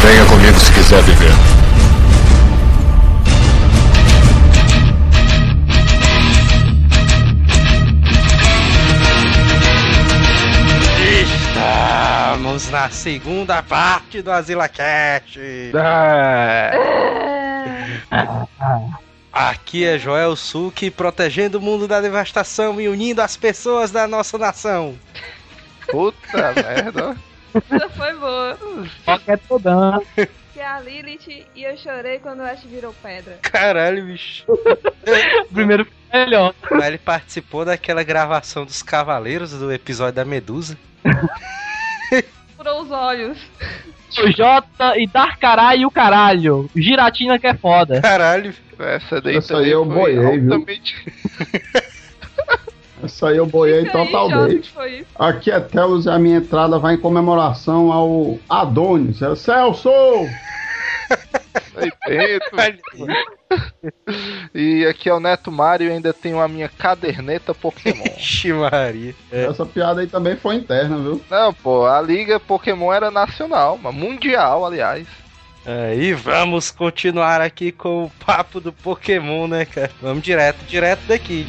Venha comigo se quiser viver. Estamos na segunda parte do AsilaCast. Aqui é Joel Suki, protegendo o mundo da devastação e unindo as pessoas da nossa nação. Puta merda. Essa foi boa. Qualquer todão. Que é a Lilith e eu chorei quando o Ash virou pedra. Caralho, bicho. Primeiro foi melhor. Mas ele participou daquela gravação dos Cavaleiros do episódio da Medusa. Furou os olhos. O Jota e dar caralho e o caralho. Giratina que é foda. Caralho. Essa daí Essa aí eu boiei, viu? altamente... Essa aí eu boiei Fica aí, totalmente. Jota, foi isso. Aqui é Telos e a minha entrada vai em comemoração ao Adonis. É Celso! Aí dentro. E aqui é o Neto Mário e ainda tenho a minha caderneta Pokémon. Ixi, Maria. Essa piada aí também foi interna, viu? Não, pô, a liga Pokémon era nacional, mas mundial, aliás. Aí vamos continuar aqui com o papo do Pokémon, né, cara? Vamos direto daqui.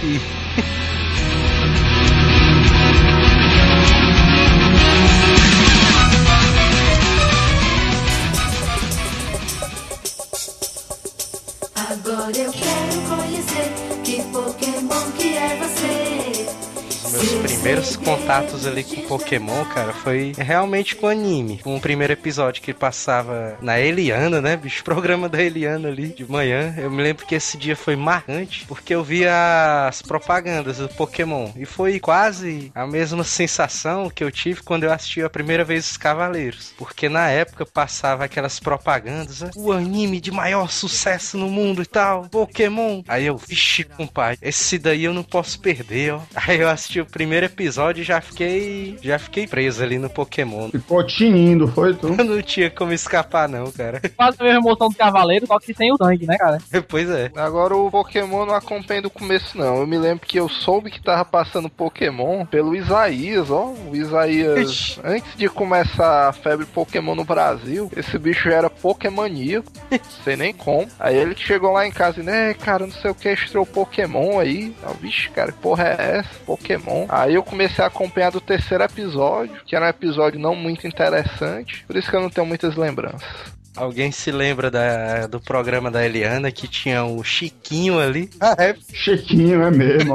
Agora eu quero conhecer que Pokémon que é você. Meus primeiros contatos ali com Pokémon, cara, foi realmente com anime. Um primeiro episódio que passava na Eliana, né, bicho? Programa da Eliana ali, de manhã. Eu me lembro que esse dia foi marcante, porque eu via as propagandas do Pokémon. E foi quase a mesma sensação que eu tive quando eu assisti a primeira vez os Cavaleiros. Porque na época passava aquelas propagandas, né? O anime de maior sucesso no mundo e tal, Pokémon. Aí eu, vixe, compadre, esse daí eu não posso perder, ó. Aí eu assisti o primeiro episódio e já fiquei preso ali no Pokémon. Ficou tinindo, foi tu? Eu não tinha como escapar não, cara. Quase a mesma emoção do Cavaleiro, só que sem o sangue, né, cara? Pois é. Agora o Pokémon não acompanha do começo, não. Eu me lembro que eu soube que tava passando Pokémon pelo Isaías, ó. O Isaías, antes de começar a febre Pokémon no Brasil, esse bicho já era Pokémoníaco. Sei nem como. Aí ele chegou lá em casa e, né, cara, não sei o que, estreou Pokémon aí. Eu, vixe, cara, que porra é essa? Pokémon. Aí eu comecei a acompanhar do terceiro episódio, que era um episódio não muito interessante. Por isso que eu não tenho muitas lembranças. Alguém se lembra do programa da Eliana que tinha o Chiquinho ali? Chiquinho, é mesmo.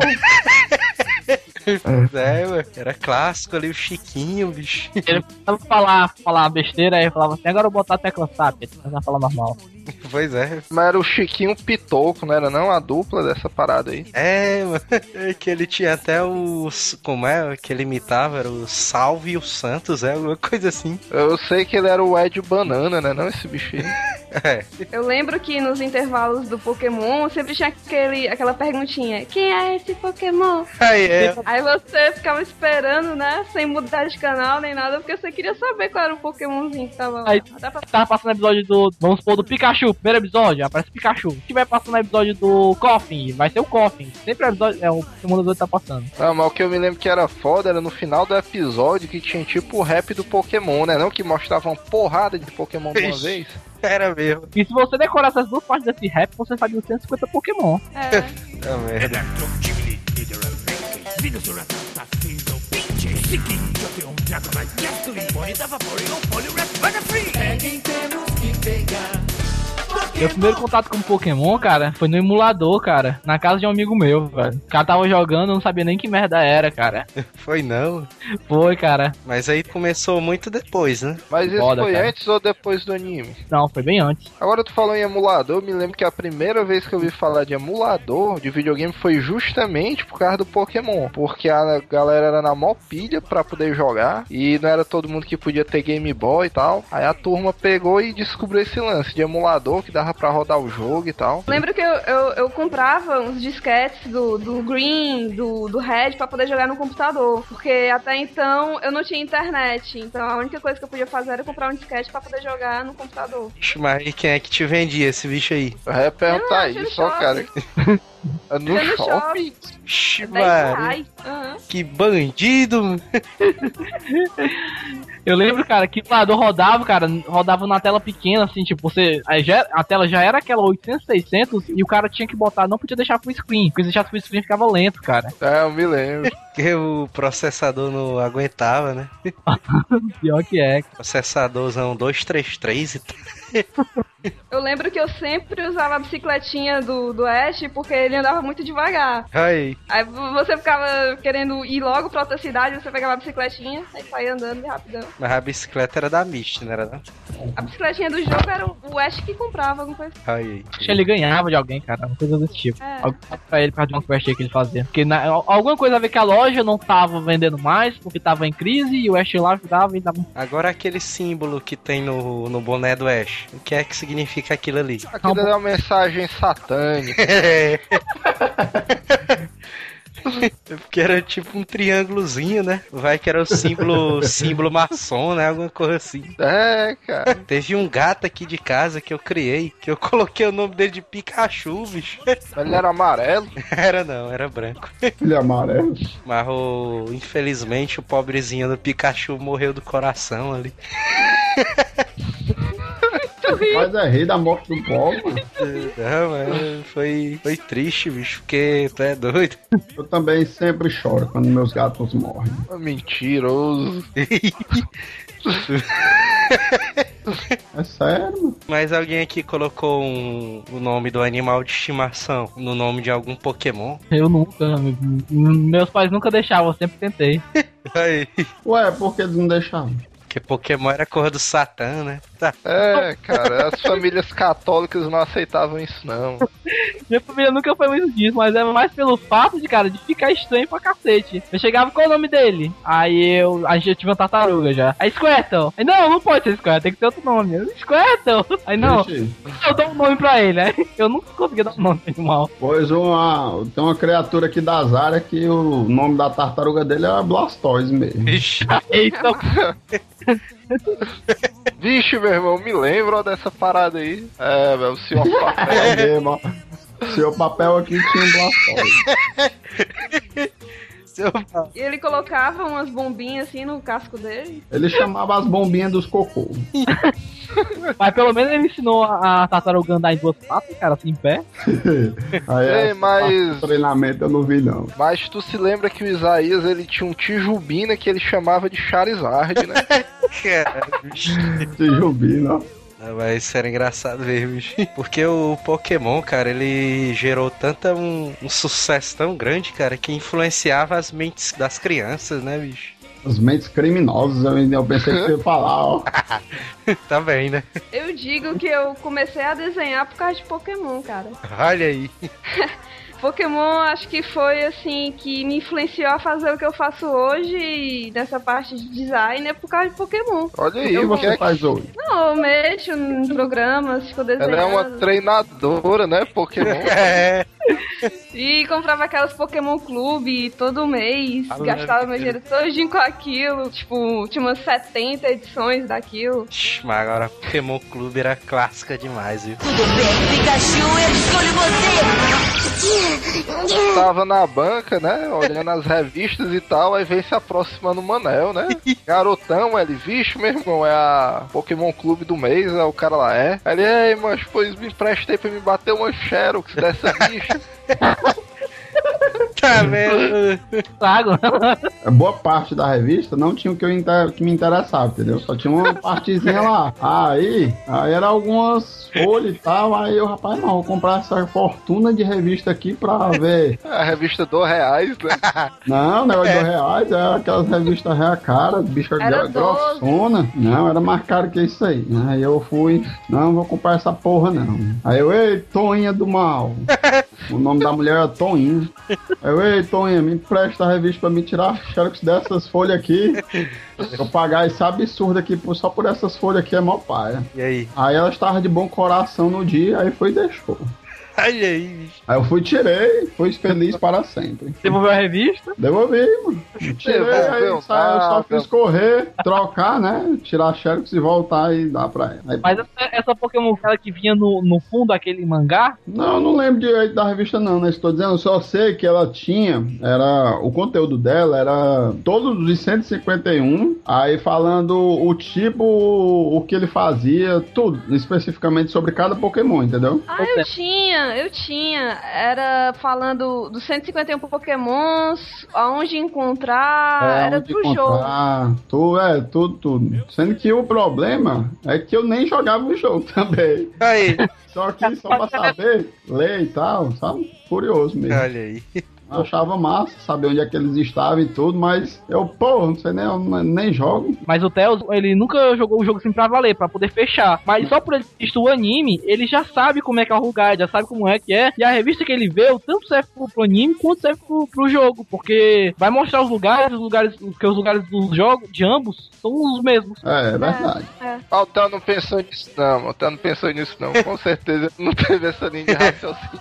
Ué, era clássico ali o Chiquinho, bicho. Ele falar besteira, aí eu falava assim, agora eu vou botar a tecla SAP, mas não falar normal. Pois é. Mas era o Chiquinho Pitoco, não era não? A dupla dessa parada aí. É, mano. É que ele tinha até os... Como é que ele imitava? Era o Salve e o Santos, alguma coisa assim. Eu sei que ele era o Ed Banana, né? Não esse bichinho. É. Eu lembro que nos intervalos do Pokémon sempre tinha aquela perguntinha: quem é esse Pokémon? Aí você ficava esperando, né? Sem mudar de canal nem nada, porque você queria saber qual era o Pokémonzinho que tava lá. Aí tava passando o episódio do... Vamos supor, do Pikachu, primeiro episódio, aparece o Pikachu. Se tiver passando o episódio do Koffing, vai ser o Koffing. Sempre o episódio... o Pokémon dos dois tá passando. Ah, mas o que eu me lembro que era foda era no final do episódio que tinha tipo o rap do Pokémon, né? Não que mostrava uma porrada de Pokémon de uma vez. Era mesmo. E se você decorar essas duas partes desse rap, você faz 250 Pokémon. É merda. Meu primeiro contato com Pokémon, cara, foi no emulador, cara, na casa de um amigo meu, velho. O cara tava jogando, eu não sabia nem que merda era, cara. Foi não? Foi, cara. Mas aí começou muito depois, né? Mas isso Foda, foi cara. antes ou depois do anime? Não, foi bem antes. Agora tu falou em emulador, eu me lembro que a primeira vez que eu ouvi falar de emulador de videogame foi justamente por causa do Pokémon. Porque a galera era na mó pilha pra poder jogar e não era todo mundo que podia ter Game Boy e tal. Aí a turma pegou e descobriu esse lance de emulador que dava pra rodar o jogo e tal. Lembro que eu comprava uns disquetes do Green, do Red, pra poder jogar no computador. Porque até então eu não tinha internet. Então a única coisa que eu podia fazer era comprar um disquete pra poder jogar no computador. Ixi, mas e quem é que te vendia esse bicho aí? Eu ia perguntar Eu não, isso, ó, cara. No shopping? Mano, que bandido! Eu lembro, cara, que o emulador rodava na tela pequena, assim, tipo, a tela já era aquela 800, 600 e o cara tinha que botar, não podia deixar full screen, porque se deixasse full screen ficava lento, cara. É, eu me lembro. Porque o processador não aguentava, né? Pior que é. Processadorzão 233 e tal. Eu lembro que eu sempre usava a bicicletinha do Ash porque ele andava muito devagar. Aí você ficava querendo ir logo pra outra cidade, você pegava a bicicletinha, aí saía andando rapidão. Mas a bicicleta era da Misty, não era não? A bicicletinha do jogo era o Ash que comprava, alguma coisa. Aí. Acho que ele ganhava de alguém, cara, uma coisa desse tipo. Algo pra ele por causa de uma quest que ele fazia. Porque alguma coisa a ver que a loja não tava vendendo mais, porque tava em crise, e o Ash lá ajudava e dava. Agora aquele símbolo que tem no boné do Ash, o que é que significa aquilo ali? Aquilo é uma mensagem satânica. Porque era tipo um triângulozinho, né? Vai que era o símbolo maçom, né? Alguma coisa assim. É, cara. Teve um gato aqui de casa que eu criei, que eu coloquei o nome dele de Pikachu, bicho. Ele era amarelo? Era não, era branco. Ele é amarelo? Mas infelizmente o pobrezinho do Pikachu morreu do coração ali. Mas é rei da morte do povo, mano. Não, mas foi triste, bicho, porque tu é doido. Eu também sempre choro quando meus gatos morrem. Mentiroso. É sério, mano. Mas alguém aqui colocou o nome do animal de estimação no nome de algum Pokémon? Eu nunca. Meus pais nunca deixavam, eu sempre tentei. Aí. Ué, por que eles não deixavam? Porque Pokémon era cor do Satã, né? Tá. É, cara, as famílias católicas não aceitavam isso, não. Minha família nunca foi muito disso, mas é mais pelo fato de ficar estranho pra cacete. Eu chegava, qual é o nome dele? Aí a gente tive uma tartaruga já. Aí Squirtle. Aí não pode ser Squirtle, tem que ter outro nome. Squirtle. Aí não, eu dou um nome pra ele. Aí eu nunca conseguia dar um nome animal. Pois tem uma criatura aqui das áreas que o nome da tartaruga dele é Blastoise mesmo. Então... Vixe, meu irmão, me lembro dessa parada aí. É, velho, o senhor papel. É mesmo, ó. O seu papel aqui tinha um Blastoise. E ele colocava umas bombinhas assim no casco dele. Ele chamava as bombinhas dos cocô. Mas pelo menos ele ensinou a tartaruga a andar em duas patas, cara, assim, em pé. Aí, mas treinamento eu não vi, não. Mas tu se lembra que o Isaías, ele tinha um Tijubina que ele chamava de Charizard, né? Tijubina, ó. Mas isso era engraçado mesmo, bicho. Porque o Pokémon, cara, ele gerou um sucesso tão grande, cara, que influenciava as mentes das crianças, né, bicho? As mentes criminosas, eu pensei que você ia falar, ó. Tá bem, né? Eu digo que eu comecei a desenhar por causa de Pokémon, cara. Olha aí. Pokémon acho que foi assim que me influenciou a fazer o que eu faço hoje nessa parte de design é por causa de Pokémon. Olha aí, o que você faz hoje? Não, eu mexo em programas, fico desenhando. Ela é uma treinadora, né, Pokémon? É. E comprava aquelas Pokémon Clube todo mês, gastava meu dinheiro todinho com aquilo, tipo, tinha umas 70 edições daquilo. Mas agora Pokémon Clube era clássica demais, viu? Tudo bem, Pikachu, eu escolho você! Tava na banca, né, olhando as revistas e tal, aí vem se aproximando o Manel, né? Garotão, ele, vixe, meu irmão, é a Pokémon Clube do mês, é o cara lá, é. Aí ele, ei, mas pois me emprestei pra me bater uma Xerox dessa bicha. Tá vendo? Boa parte da revista não tinha o que me interessava, entendeu? Só tinha uma partezinha lá. Aí era algumas folhas e tal. Aí eu, rapaz, não, vou comprar essa fortuna de revista aqui pra ver. A revista R$2, né? Não, o negócio de R$2 era aquelas revistas real cara, bicha grossona. Não, era mais caro que isso aí. Aí eu fui, não vou comprar essa porra não. Aí eu, ei, Toinha do mal. O nome da mulher é Toinha. Eu, ei, Toinha, me empresta a revista pra me tirar xerox dessas folhas aqui. Eu pagar esse absurdo aqui só por essas folhas aqui é mó paia. E aí? Aí ela estava de bom coração no dia, aí foi e deixou. Olha aí, bicho. Aí eu fui feliz para sempre. Devolveu a revista? Devolvi, mano. Tirei, aí eu só fiz correr, trocar, né? Tirar a Xerox e voltar e dar pra ela. Aí, mas essa Pokémon cara que vinha no fundo daquele mangá? Não lembro direito da revista não, né? Estou dizendo, eu só sei que ela tinha, o conteúdo dela era todos os 151, aí falando o tipo, o que ele fazia, tudo, especificamente sobre cada Pokémon, entendeu? Ah, eu tinha. Era falando dos 151 Pokémons, aonde encontrar, era pro jogo. Tudo. Sendo que o problema é que eu nem jogava o jogo também. Aí. Só pra saber, ler e tal, sabe? Curioso mesmo. Olha aí. Eu achava massa saber onde é que eles estavam e tudo, mas não sei nem jogo. Mas o Theo, ele nunca jogou o jogo assim pra valer, pra poder fechar. Mas só por ele ter visto o anime, ele já sabe como é que é o lugar, já sabe como é que é. E a revista que ele vê, tanto serve pro anime quanto serve pro jogo. Porque vai mostrar os lugares dos jogos, de ambos, são os mesmos. É verdade. O Theo não pensou nisso não. Com certeza não teve essa linha de raciocínio.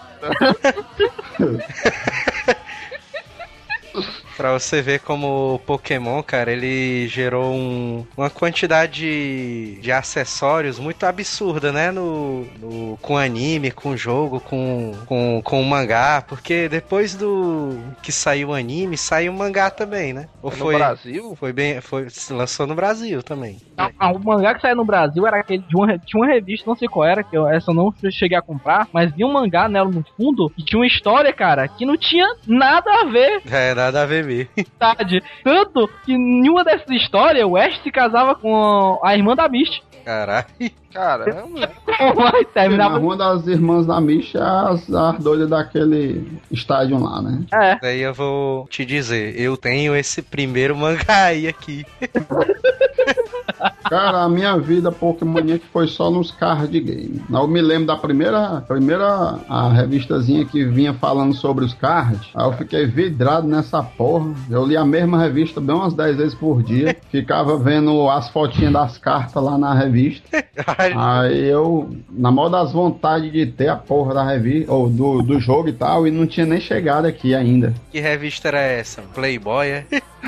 Pra você ver como o Pokémon, cara, ele gerou uma quantidade de acessórios muito absurda, né? Com anime, com jogo, com o mangá. Porque depois do que saiu o anime, saiu o mangá também, né? Ou no Brasil? Se lançou no Brasil também. O mangá que saiu no Brasil era aquele tinha uma revista, não sei qual era, que essa eu não cheguei a comprar, mas vi um mangá nela no fundo e tinha uma história, cara, que não tinha nada a ver. Nada a ver mesmo. Tanto que em uma dessas histórias, o Ash se casava com a irmã da Misty. Caralho. Caramba. Uma das irmãs da Misty é as doidas daquele estádio lá, né? Daí eu vou te dizer, eu tenho esse primeiro mangá aí aqui. Cara, a minha vida Pokémoníaca foi só nos card game. Eu me lembro da primeira a revistazinha que vinha falando sobre os cards. Aí eu fiquei vidrado nessa porra. Eu li a mesma revista bem umas 10 vezes por dia. Ficava vendo as fotinhas das cartas lá na revista. Aí eu, na maior das vontades de ter a porra da revista, ou do jogo e tal, e não tinha nem chegado aqui ainda. Que revista era essa? Playboy, é?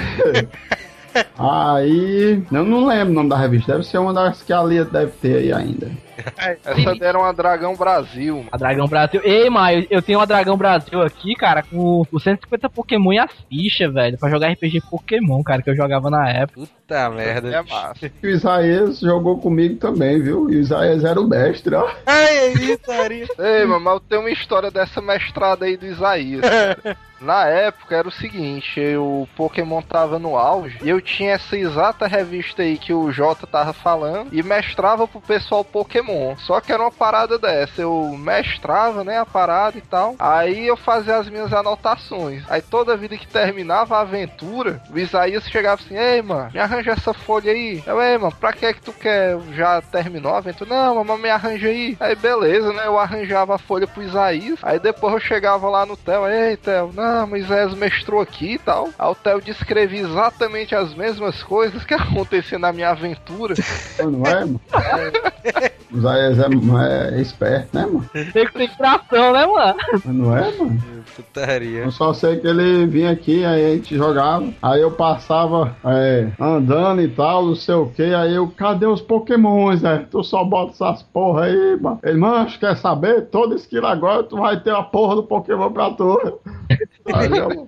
Aí, eu não lembro o nome da revista, deve ser uma das que a Lia deve ter aí ainda. Essa deram a Dragão Brasil. A Dragão Brasil. Ei, Maio, eu tenho uma Dragão Brasil aqui, cara, com os 150 Pokémon e as fichas, velho, pra jogar RPG Pokémon, cara, que eu jogava na época. Puta merda. É massa. E o Isaías jogou comigo também, viu? E o Isaías era o mestre, ó. Ai, Taria. Ei, mas eu tenho uma história dessa mestrada aí do Isaías, cara. Na época era o seguinte, o Pokémon tava no auge e eu tinha essa exata revista aí que o Jota tava falando e mestrava pro pessoal Pokémon. Só que era uma parada dessa, eu mestrava, né, a parada e tal. Aí eu fazia as minhas anotações. Aí toda vida que terminava a aventura, o Isaías chegava assim: ei, mano, me arranja essa folha aí. Ei, mano, pra que tu quer? Já terminou a aventura? Não, mamãe, me arranja aí. Aí beleza, né, eu arranjava a folha pro Isaías. Aí depois eu chegava lá no Theo: ei, Theo, não, Moisés mestrou aqui e tal. Aí o Theo descrevia exatamente as mesmas coisas que aconteciam na minha aventura. Não é, mano? O Isaías é esperto, né, mano? Tem que ter tração, né, mano? Não é, mano? Putaria. Eu só sei que ele vinha aqui, aí a gente jogava, aí eu passava andando e tal, não sei o que, aí eu, cadê os Pokémons, Tu só bota essas porra aí, mano. Ele, mancho, quer saber? Todo esquilo agora tu vai ter a porra do Pokémon pra tu. Aí eu,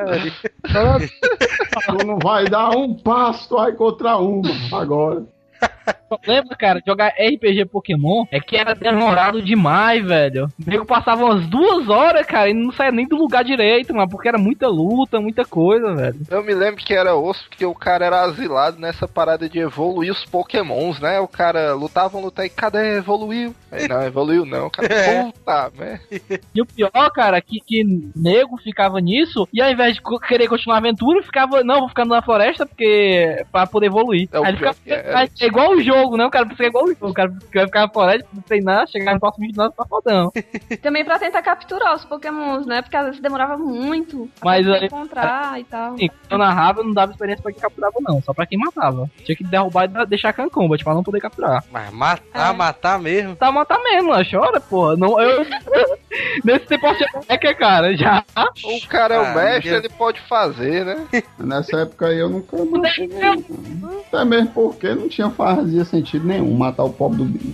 tu não vai dar um passo, tu vai encontrar uma agora. O problema, cara, de jogar RPG Pokémon é que era demorado demais, velho. O nego passava umas 2 horas, cara, e não saía nem do lugar direito, mano, porque era muita luta, muita coisa, velho. Eu me lembro que era osso, porque o cara era asilado nessa parada de evoluir os Pokémons, né? O cara lutava e cadê? Evoluiu? Aí, não, evoluiu não, cara. Puta, né? E o pior, cara, que nego ficava nisso, e ao invés de querer continuar a aventura, ficava, não, vou ficar na floresta pra poder evoluir. Aí ele ficava, é igual o jogo, né? O cara precisa igual o jogo. O cara vai ficar na floresta pra treinar, chegar no próximo vídeo, tá fodão. Também pra tentar capturar os Pokémons, né? Porque às vezes demorava muito pra encontrar e tal. Sim, eu narrava, não dava experiência pra quem capturava, não. Só pra quem matava. Tinha que derrubar e deixar Can Combat pra não poder capturar. Mas matar mesmo? Tá, matar mesmo, ela chora, porra. Não, Nesse tempo é que, cara, já. O cara é o mestre, ele pode fazer, né? Nessa época aí eu nunca matei nenhum. Até mesmo porque não fazia sentido nenhum matar o pobre do bicho.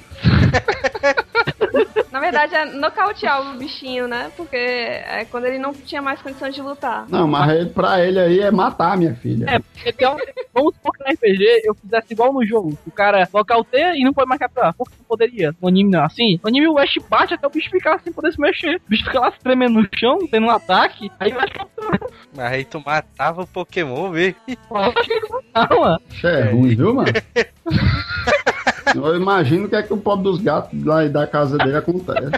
Na verdade é nocautear o bichinho, né? Porque é quando ele não tinha mais condição de lutar. Não, mas pra ele aí é matar, minha filha. É, porque vamos supor que no RPG eu fizesse igual no jogo. O cara nocauteia e não pode mais capturar. Por que não poderia? No anime não é assim. No anime o Ash bate até o bicho ficar sem poder se mexer. O bicho fica lá se tremendo no chão, tendo um ataque. Aí vai capturar. Mas aí tu matava o Pokémon, velho. Não, mano. Isso é ruim, viu, mano? Eu imagino o que é que o pobre dos gatos lá da casa dele acontece.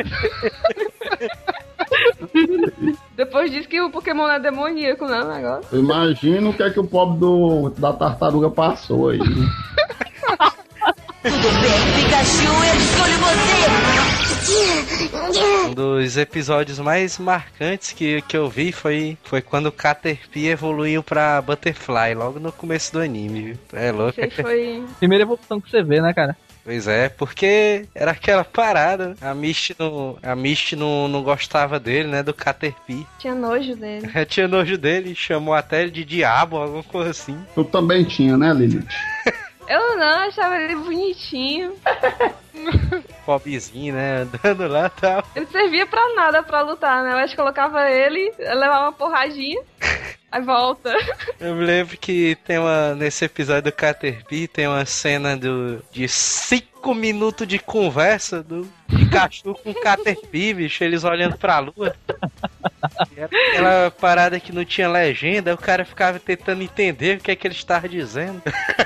Depois diz que o Pokémon é demoníaco, né, o negócio? Eu imagino o que é que o pobre da tartaruga passou aí. Tudo bem, Pikachu, eu escolho você! Um dos episódios mais marcantes que eu vi foi quando o Caterpie evoluiu pra Butterfly, logo no começo do anime, viu? É louco. Foi... Primeira evolução que você vê, né, cara? Pois é, porque era aquela parada. A Misty não gostava dele, né? Do Caterpie. Tinha nojo dele. Tinha nojo dele, chamou até de diabo, alguma coisa assim. Tu também tinha, né, Lilith? Eu não, achava ele bonitinho. Pobrezinho, né? Andando lá e tal. Ele servia pra nada pra lutar, né? Eu acho que colocava ele, levava uma porradinha, aí volta. Eu me lembro que nesse episódio do Caterpie tem uma cena de 5 minutos de conversa do Pikachu com o Caterpie, bicho, eles olhando pra lua. E era aquela parada que não tinha legenda, o cara ficava tentando entender o que é que ele estava dizendo.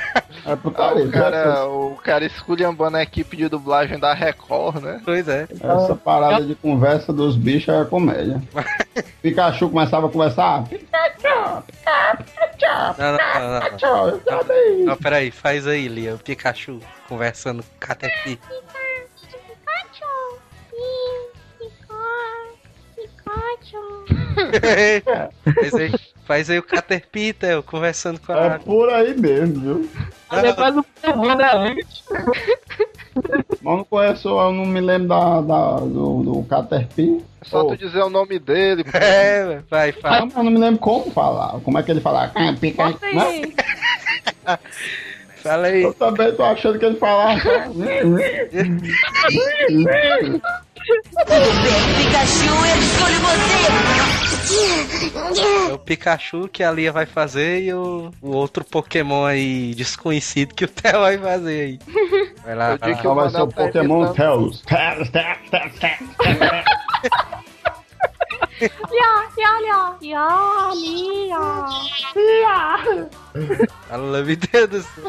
O cara esculhambando a equipe de dublagem da Record, né? Pois é. Essa parada de conversa dos bichos é comédia. Pikachu começava a conversar. Pikachu, Não. Não, peraí, faz aí, Lia. O Pikachu conversando com o Caterpie. Faz aí o Caterpie, Theo, conversando com a... É por aí mesmo, viu? Depois o povo, né? Mas não conheço, eu não me lembro do Caterpie. É só tu dizer o nome dele. Pô. Vai. Eu não me lembro como falar. Como é que ele fala? Pikachu. Fala aí. Eu também tô achando que ele falava. Tudo bem, Pikachu, eu escolho você! É o Pikachu que a Lia vai fazer e o outro Pokémon aí desconhecido que o Theo vai fazer aí. Vai lá, vai lá. Vai ser o Pokémon Tails. Fala, meu Deus do céu.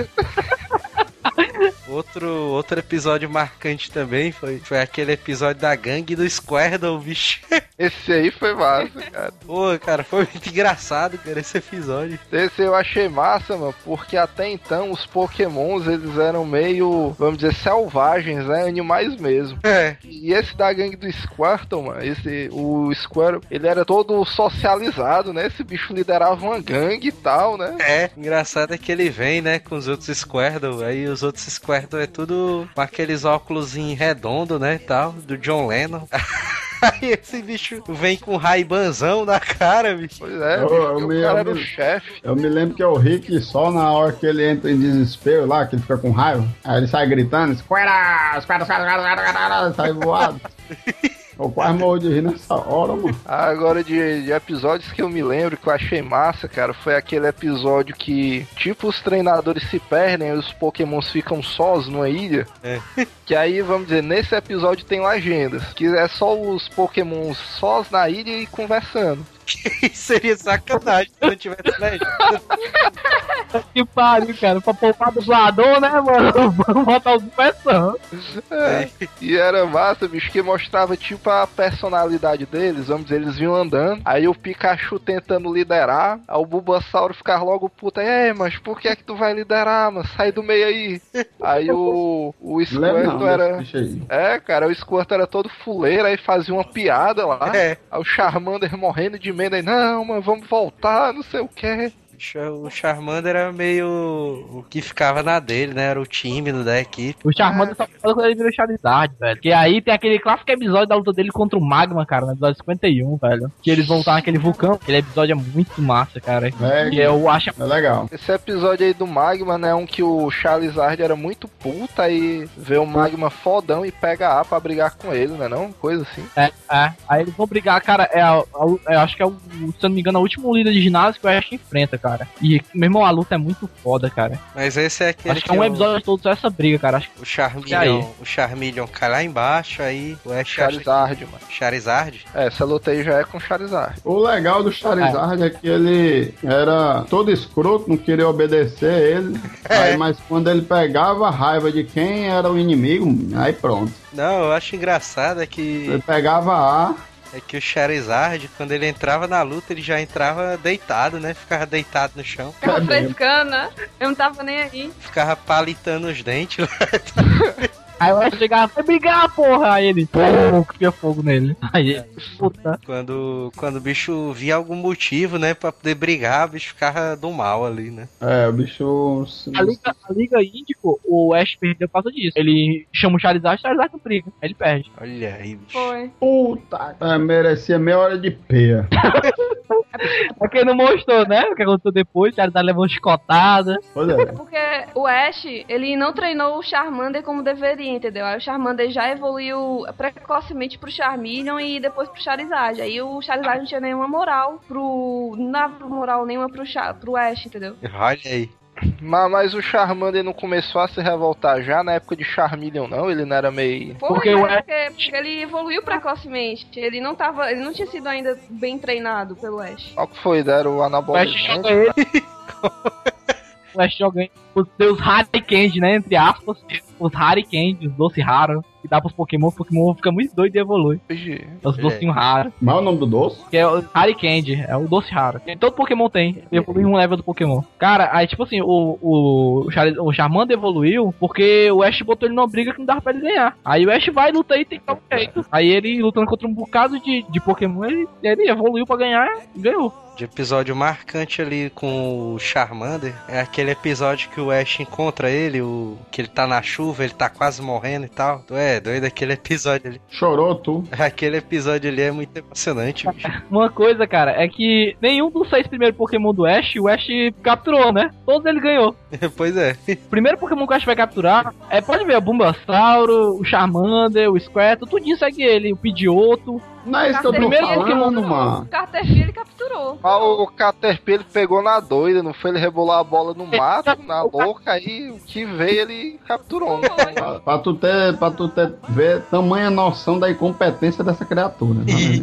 Outro episódio marcante também foi aquele episódio da gangue do Squirtle, bicho. Esse aí foi massa, cara. Pô, cara, foi muito engraçado, cara, esse episódio. Esse eu achei massa, mano, porque até então os Pokémons, eles eram meio, vamos dizer, selvagens, né? Animais mesmo. É. E esse da gangue do Squirtle, mano, o Squirtle, ele era todo socializado, né? Esse bicho liderava uma gangue e tal, né? É, engraçado é que ele vem, né, com os outros Squirtle, aí os outros Squirtle é tudo com aqueles óculos redondo, né, tal, do John Lennon. Aí esse bicho vem com um Ray-Banzão na cara, bicho. Pois é, o cara era o chefe. Eu me lembro que é o Rick só na hora que ele entra em desespero lá, que ele fica com raiva, aí ele sai gritando, Squirtle, sai voado. Eu quase morro de rir nessa hora, mano. Agora, de episódios que eu me lembro, que eu achei massa, cara, foi aquele episódio que, tipo, os treinadores se perdem e os Pokémons ficam sós numa ilha. É. Que aí, vamos dizer, nesse episódio tem legendas, que é só os Pokémons sós na ilha e conversando. Seria sacanagem se não tivesse legenda. Que pariu, cara. Pra poupar do voador, né, mano? Vamos botar os peções. E era massa, bicho, que mostrava, tipo, a personalidade deles. Vamos dizer, eles vinham andando, aí o Pikachu tentando liderar, aí o Bulbasauro ficava logo puta. Mas por que é que tu vai liderar, mano? Sai do meio aí. Aí o Squirtle era... cara, o Squirtle era todo fuleiro, aí fazia uma piada lá. Aí o Charmander morrendo de medo, aí, não, mano, vamos voltar, não sei o que. O Charmander era meio o que ficava na dele, né? Era o tímido da equipe. O Charmander só fala quando ele virou Charizard, velho. Que aí tem aquele clássico episódio da luta dele contra o Magma, cara, no episódio 51, velho. Que eles vão estar naquele vulcão. Aquele episódio é muito massa, cara. E eu acho... É legal. Esse episódio aí do Magma, né? Um que o Charizard era muito puta, aí vê o Magma fodão e pega A pra brigar com ele, né? Não? Coisa assim. Aí eles vão brigar, cara. Eu acho que é o, se eu não me engano, o último líder de ginásio que o Ash enfrenta, cara. E, meu irmão, a luta é muito foda, cara. Mas esse é aquele. Acho que é um episódio todo só essa briga, cara. Acho que o Charmeleon cai lá embaixo, aí o Ash Charizard, mano. Charizard? Essa luta aí já é com Charizard. O legal do Charizard é que ele era todo escroto, não queria obedecer ele. Aí, mas quando ele pegava a raiva de quem era o inimigo, aí pronto. Não, eu acho engraçado é que... Ele pegava A... É que o Charizard, quando ele entrava na luta, ele já entrava deitado, né? Ficava deitado no chão. Ficava frescando, né? Eu não tava nem aí. Ficava palitando os dentes. Aí eu chegava, vai brigar, porra! Aí ele, pô, cria fogo nele. Aí ele, puta. Quando o bicho via algum motivo, né, pra poder brigar, o bicho ficava do mal ali, né? É, o bicho... A Liga Índico, o Ash perdeu por causa disso. Ele chama o Charizard não briga. Aí ele perde. Olha aí, bicho. Foi. Puta, merecia meia hora de peia. É que ele não mostrou, né? O que aconteceu depois, o Charizard levou uma chicotada. Pois é. Porque o Ash, ele não treinou o Charmander como deveria, entendeu? Aí o Charmander já evoluiu precocemente pro Charmeleon e depois pro Charizard. Aí o Charizard não tinha nenhuma moral não dava moral nenhuma pro Ash, entendeu? Olha aí. Mas o Charmander não começou a se revoltar já na época de Charmeleon, não? Ele não era meio... Foi, porque ele evoluiu precocemente. Ele não tinha sido ainda bem treinado pelo Ash. Qual que foi? Deram o anabolizante? O Ash joga os Harikand, né? Entre aspas. Os Harikand, os doce raro. Que dá pros Pokémon. Os Pokémon ficam muito doidos e evoluem. Os docinhos raros. Mas é o nome do doce? Que é o Harikand. É o doce raro. E todo Pokémon tem. Evolui um level do Pokémon. Cara, aí tipo assim, o Charmander evoluiu porque o Ash botou ele numa briga que não dava pra ele ganhar. Aí o Ash vai lutar e tem que dar um jeito. Aí ele lutando contra um bocado de Pokémon, ele evoluiu pra ganhar e ganhou. De episódio marcante ali com o Charmander é aquele episódio que o Ash encontra ele, que ele tá na chuva, ele tá quase morrendo e tal. Tu é doido aquele episódio ali. Chorou tu. Aquele episódio ali é muito emocionante, bicho. Uma coisa, cara, é que nenhum dos 6 primeiros Pokémon do Ash, o Ash capturou, né? Todos ele ganhou. Pois é. O primeiro Pokémon que o Ash vai capturar, pode ver, o Bulbasauro, o Charmander, o Squirtle, tudinho segue ele, o Pidgeotto. Não é isso que eu tô falando, mano. O Caterpie ele capturou. O Caterpie ele pegou na doida, não foi ele rebolar a bola no mato, na louca, aí o que veio ele capturou. Né? Pra tu ver tamanha noção da incompetência dessa criatura.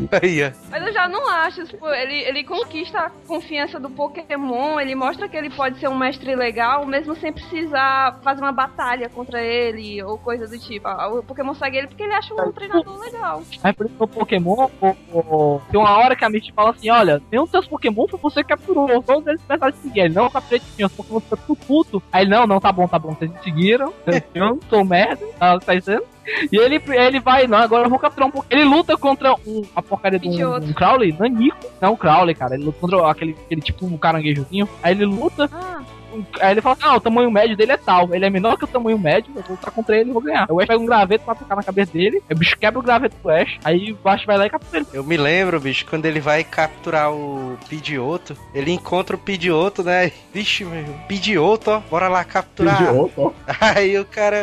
Mas eu já não acho, tipo, ele conquista a confiança do Pokémon, ele mostra que ele pode ser um mestre legal, mesmo sem precisar fazer uma batalha contra ele, ou coisa do tipo. O Pokémon segue ele porque ele acha um treinador legal. Aí por isso que o Pokémon, tem uma hora que a Misty fala assim, olha, tem um dos seus Pokémon que você capturou, todos eles começaram a seguir. Ele, não, capturei de mim, os Pokémon estão tudo puto. Aí ele, não, tá bom, vocês me seguiram, eu sou merda, tá dizendo? E ele vai, não, agora eu vou capturar um Pokémon. Ele luta contra a porcaria de um Crowley, Nanico. Não, Crowley, cara, ele luta contra aquele tipo um caranguejozinho. Aí ele luta... Aí ele fala assim, o tamanho médio dele é tal. Ele é menor que o tamanho médio, eu vou lutar contra ele e vou ganhar. O Ash pega um graveto pra tocar na cabeça dele, o bicho quebra o graveto do Ash, aí o Ash vai lá e captura ele. Eu me lembro, bicho, quando ele vai capturar o Pidgeotto, ele encontra o Pidgeotto, né? Vixe, meu, Pidgeotto, ó, bora lá capturar. Pidgeotto. Aí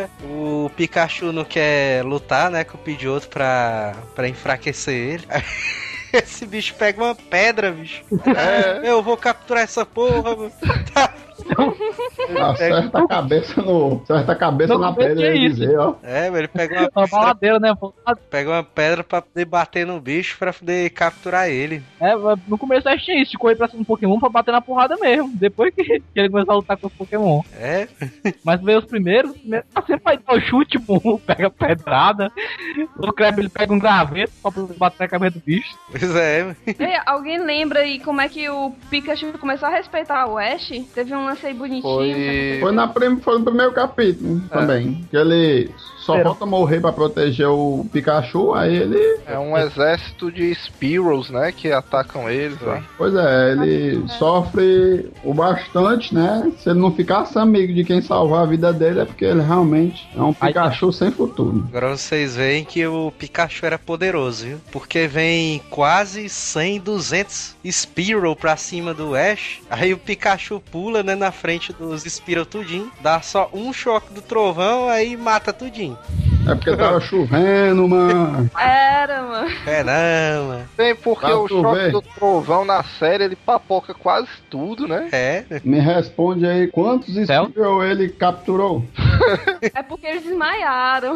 o Pikachu não quer lutar, né, com o Pidgeotto pra enfraquecer ele. Esse bicho pega uma pedra, bicho. Eu vou capturar essa porra, mano. Acerta a cabeça na pedra e dizer, ó. Ele pega uma baladeira, né? Pega uma pedra pra poder bater no bicho, pra poder capturar ele. No começo eu tinha isso, de correr pra cima do Pokémon pra bater na porrada mesmo. Depois que ele começou a lutar com os Pokémon. Mas veio os primeiros sempre vai dar o chute, pega pedrada. O Crab ele pega um graveto pra poder bater na cabeça do bicho. Pois é. Alguém lembra aí como é que o Pikachu começou a respeitar o Ash? Teve uma infância e bonitinho. Foi no primeiro capítulo também. Que ele só falta morrer pra proteger o Pikachu, aí ele... É um exército de Spearows, né? Que atacam eles, né? Pois é, ele sofre o bastante, né? Se ele não ficasse amigo de quem salvar a vida dele, é porque ele realmente é um Pikachu sem futuro. Agora vocês veem que o Pikachu era poderoso, viu? Porque vem quase 100, 200 Spearow pra cima do Ash. Aí o Pikachu pula, né, na frente dos Spearow tudinho. Dá só um choque do trovão, aí mata tudinho. É porque tava chovendo, mano. Era, mano. É não, mano. Tem porque o choque do trovão na série, ele papoca quase tudo, né? É. Me responde aí, quantos Spearow ele capturou? É porque eles desmaiaram.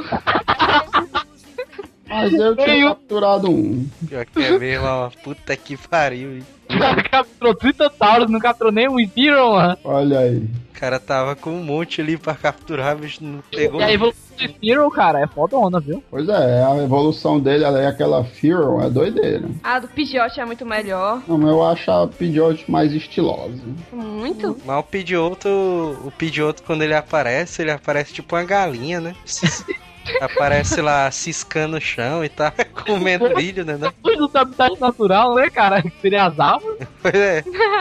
Mas eu tinha capturado um. Pior que é mesmo, ó. Puta que pariu. O cara capturou 30 Tauros, não capturou nem um Spearow, mano. Olha aí. O cara tava com um monte ali pra capturar, mas não pegou. E a evolução de Spearow, cara, é fodona, viu? Pois é, a evolução dele, aquela Fearow, é doideira. A do Pidgeot é muito melhor. Não, mas eu acho a Pidgeot mais estilosa. Muito? Mas o Pidgeotto, quando ele aparece tipo uma galinha, né? Aparece lá ciscando o chão e tá comendo milho, né? Depois do habitat natural, né, cara? Que seria as árvores. Pois é.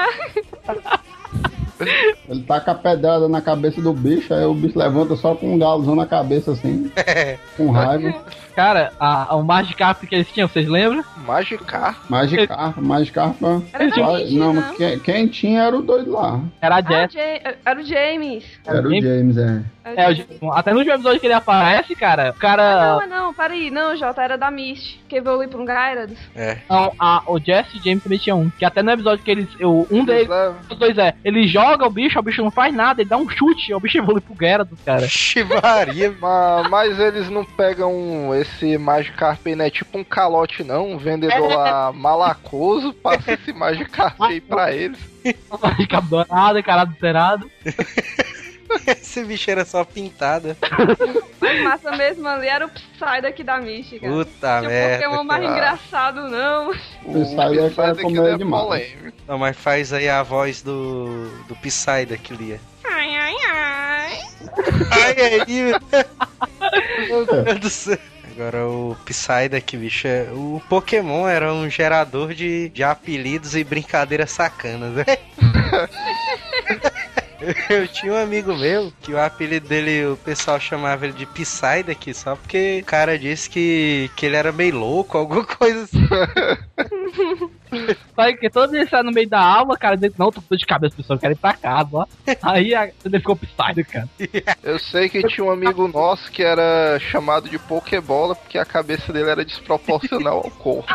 Ele taca a pedrada na cabeça do bicho, aí o bicho levanta só com um galozão na cabeça, assim, com raiva. Cara, o Magikarp que eles tinham, vocês lembram? Magikarp? Magikarp. Era Não, mas quem tinha era o doido lá. Era a Jess. Era o James. Era o James, Até no último episódio que ele aparece, cara, o cara... Não, peraí. Não, Jota, era da Mist, que evoluiu pra um Gyarados. É. Não, o Jess e o James também tinham um, que até no episódio que eles... Um deles, os dois ele joga o bicho não faz nada, ele dá um chute, o bicho evolui pro Gyarados, cara. Chivaria. Mas eles não pegam esse Magikarp aí, né? Tipo um calote, não. Um vendedor lá malacoso passa esse Magikarp aí pra eles. Magikarp dourado, cara adulterado. Esse bicho era só pintada. Mas massa mesmo ali era o Psyduck da Mist, cara. Puta merda. Não Pokémon mais engraçado, não. O Psyduck era comédia demais. Não, mas faz aí a voz do Psyduck, Lia. Ai, ai, ai. Ai, aí. Meu Deus do céu. Agora o Psyduck, bicho, o Pokémon era um gerador de apelidos e brincadeiras sacanas, né? Eu tinha um amigo meu que o apelido dele, o pessoal chamava ele de Psyduck só porque o cara disse que ele era meio louco, alguma coisa assim. Sabe que todo dia sai no meio da aula, cara, dizendo, não, tô com dor de cabeça, pessoal, eu quero ir pra casa, ó. Aí ele ficou Psyduck, cara. Eu sei que tinha um amigo nosso que era chamado de Pokébola porque a cabeça dele era desproporcional ao corpo.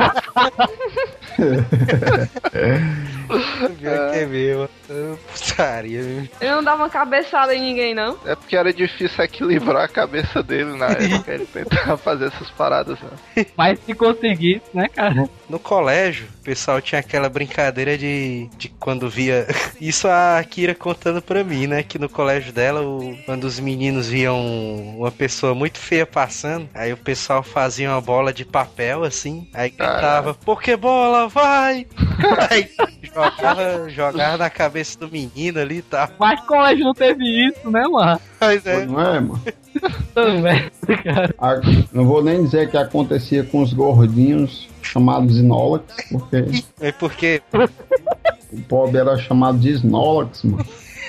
Pior que é mesmo. Putaria, mesmo. Ele não dava uma cabeçada em ninguém, não. É porque era difícil equilibrar a cabeça dele na época. Ele tentava fazer essas paradas, né? Mas se conseguisse, né, cara? No colégio, o pessoal tinha aquela brincadeira de quando via... Isso a Kira contando pra mim, né? Que no colégio dela, quando os meninos viam uma pessoa muito feia passando, aí o pessoal fazia uma bola de papel, assim, aí gritava, Pokébola, vai! Aí jogava na cabeça do menino ali e tal. Mas colégio não teve isso, né, mano? Mas é. Não é, mano? Também, cara. Não vou nem dizer que acontecia com os gordinhos chamados Snorlax, porque... É porque... O pobre era chamado de Snorlax, mano.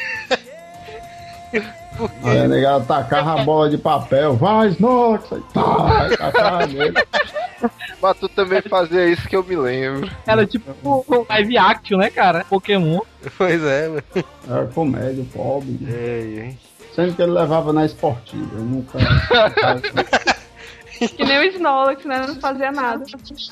Aí a negada tacava a bola de papel, vai Snorlax, aí tá, tacava nele. Mas tu também fazia isso que eu me lembro. Era tipo o live action, né, cara? Pokémon. Pois é, mano. Era comédia, pobre. É. Sendo que ele levava na esportiva, eu nunca... Que nem o Snorlax, né? Não fazia nada.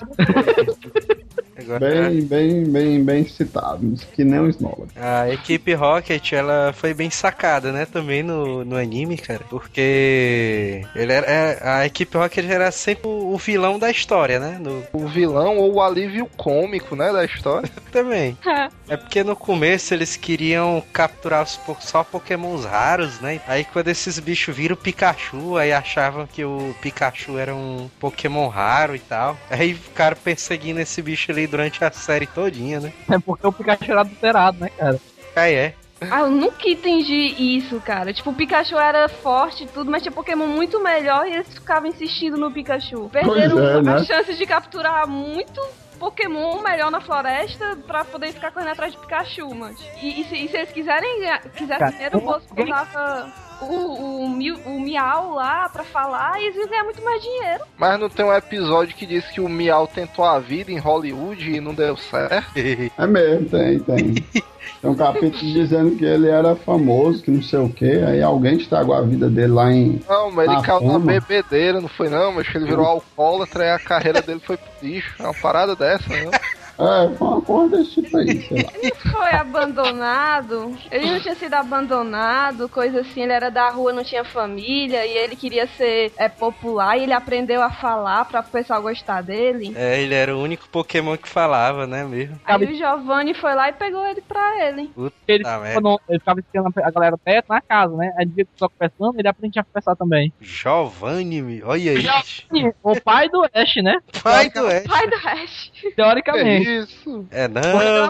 Agora, Bem citado, que nem o Snorlax. a equipe Rocket, ela foi bem sacada, né, também no anime, cara, porque a equipe Rocket era sempre o vilão da história, né? O vilão ou o alívio cômico, né, da história. Também. É porque no começo eles queriam capturar só pokémons raros, né? Aí quando esses bichos viram o Pikachu, aí achavam que o Pikachu era um pokémon raro e tal. Aí ficaram perseguindo esse bicho ali durante a série todinha, né? É porque o Pikachu era adulterado, né, cara? Aí é. Eu nunca entendi isso, cara. Tipo, o Pikachu era forte e tudo, mas tinha Pokémon muito melhor e eles ficavam insistindo no Pikachu. Perderam né? as chances de capturar muito Pokémon melhor na floresta pra poder ficar correndo atrás de Pikachu, mano. E se eles quisessem dinheiro, o Bosco usava o Miau lá pra falar e eles iam ganhar muito mais dinheiro. Mas não tem um episódio que diz que o Miau tentou a vida em Hollywood e não deu certo? É mesmo, tem. Tem um capítulo dizendo que ele era famoso, que não sei o que, aí alguém estragou a vida dele lá em... Não, mas ele caiu na bebedeira, não foi não, mas ele virou alcoólatra e a carreira dele foi pro lixo. É uma parada dessa, né? Foi uma coisa desse tipo aí, sei lá. Ele foi abandonado, ele não tinha sido abandonado, coisa assim, ele era da rua, não tinha família, e ele queria ser popular, e ele aprendeu a falar pra o pessoal gostar dele. Ele era o único Pokémon que falava, né, mesmo? Aí o Giovanni foi lá e pegou ele pra ele. Ele ficava esperando a galera perto na casa, né? Aí ele via o pessoal conversando, ele aprendia a conversar também. Giovanni, olha aí. O pai do Ash, né? Pai do Ash. Pai do Ash. Teoricamente. Isso. Não.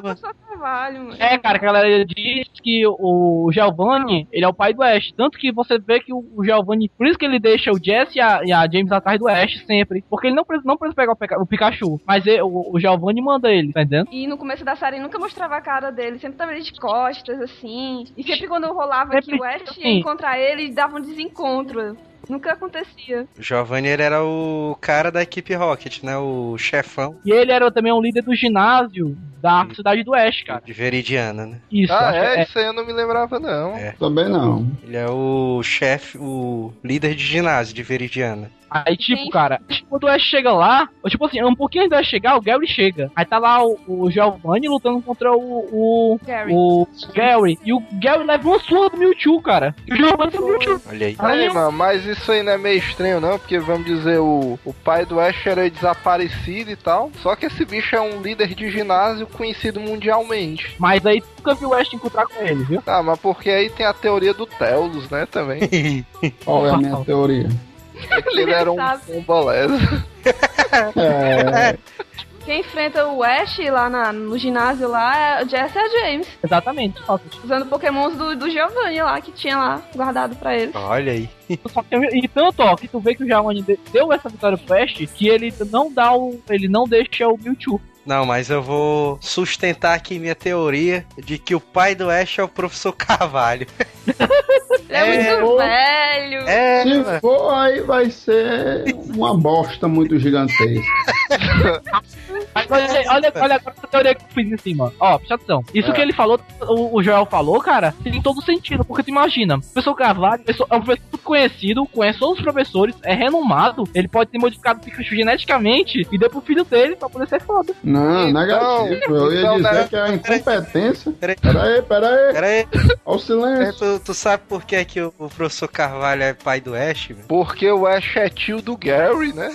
Cara, que a galera diz que o Giovanni, ele é o pai do Ash. Tanto que você vê que o Giovanni, por isso que ele deixa o Jesse e a James atrás do Ash sempre. Porque ele não precisa pegar o Pikachu. Mas o Giovanni manda ele, tá entendendo? E no começo da série nunca mostrava a cara dele. Sempre tava ele de costas, assim. E sempre quando rolava que o Ash ia encontrar ele, dava um desencontro. Nunca acontecia. O Giovanni era o cara da equipe Rocket, né? O chefão. E ele era também um líder do ginásio da cidade do Ash, cara. De Veridiana, né? Isso. Isso aí eu não me lembrava, não. Também não. Ele é o chefe, o líder de ginásio de Veridiana. Aí, tipo, cara, quando o Ash chega lá, tipo assim, um pouquinho antes do Ash chegar, o Gary chega. Aí tá lá o Giovanni lutando contra o Gary. E o Gary leva uma surra do Mewtwo, cara. E o Giovanni é o Mewtwo. Olha aí. Aí, mano, mas isso aí não é meio estranho, não? Porque, vamos dizer, o pai do Ash era desaparecido e tal. Só que esse bicho é um líder de ginásio conhecido mundialmente. Mas aí tu nunca viu o Ash encontrar com ele, viu? Tá, mas porque aí tem a teoria do Telos, né, também. Qual é a minha teoria? É que ele era um bomboleza. Quem enfrenta o Ash lá no ginásio lá é o Jesse e a James. Exatamente. Usando Pokémons do Giovanni lá, que tinha lá guardado pra ele. Olha aí. E tanto, ó, que tu vê que o Giovanni deu essa vitória pro Ash, que ele não deixa o Mewtwo. Não, mas eu vou sustentar aqui minha teoria de que o pai do Ash é o Professor Carvalho. É muito velho. Se for, aí vai ser uma bosta muito gigantesca. Mas olha agora essa teoria que eu fiz em cima. Ó, presta atenção. Isso que ele falou, o Joel falou, cara, tem todo sentido. Porque tu imagina, o professor Carvalho é um professor conhecido, conhece todos os professores, é renomado. Ele pode ter modificado o Pikachu geneticamente e deu pro filho dele pra poder ser foda. Não, negativo. Eu ia dizer que é a incompetência. Peraí. Olha o silêncio. Tu sabe por que o professor Carvalho é pai do Ash? Meu? Porque o Ash é tio do Gary, né?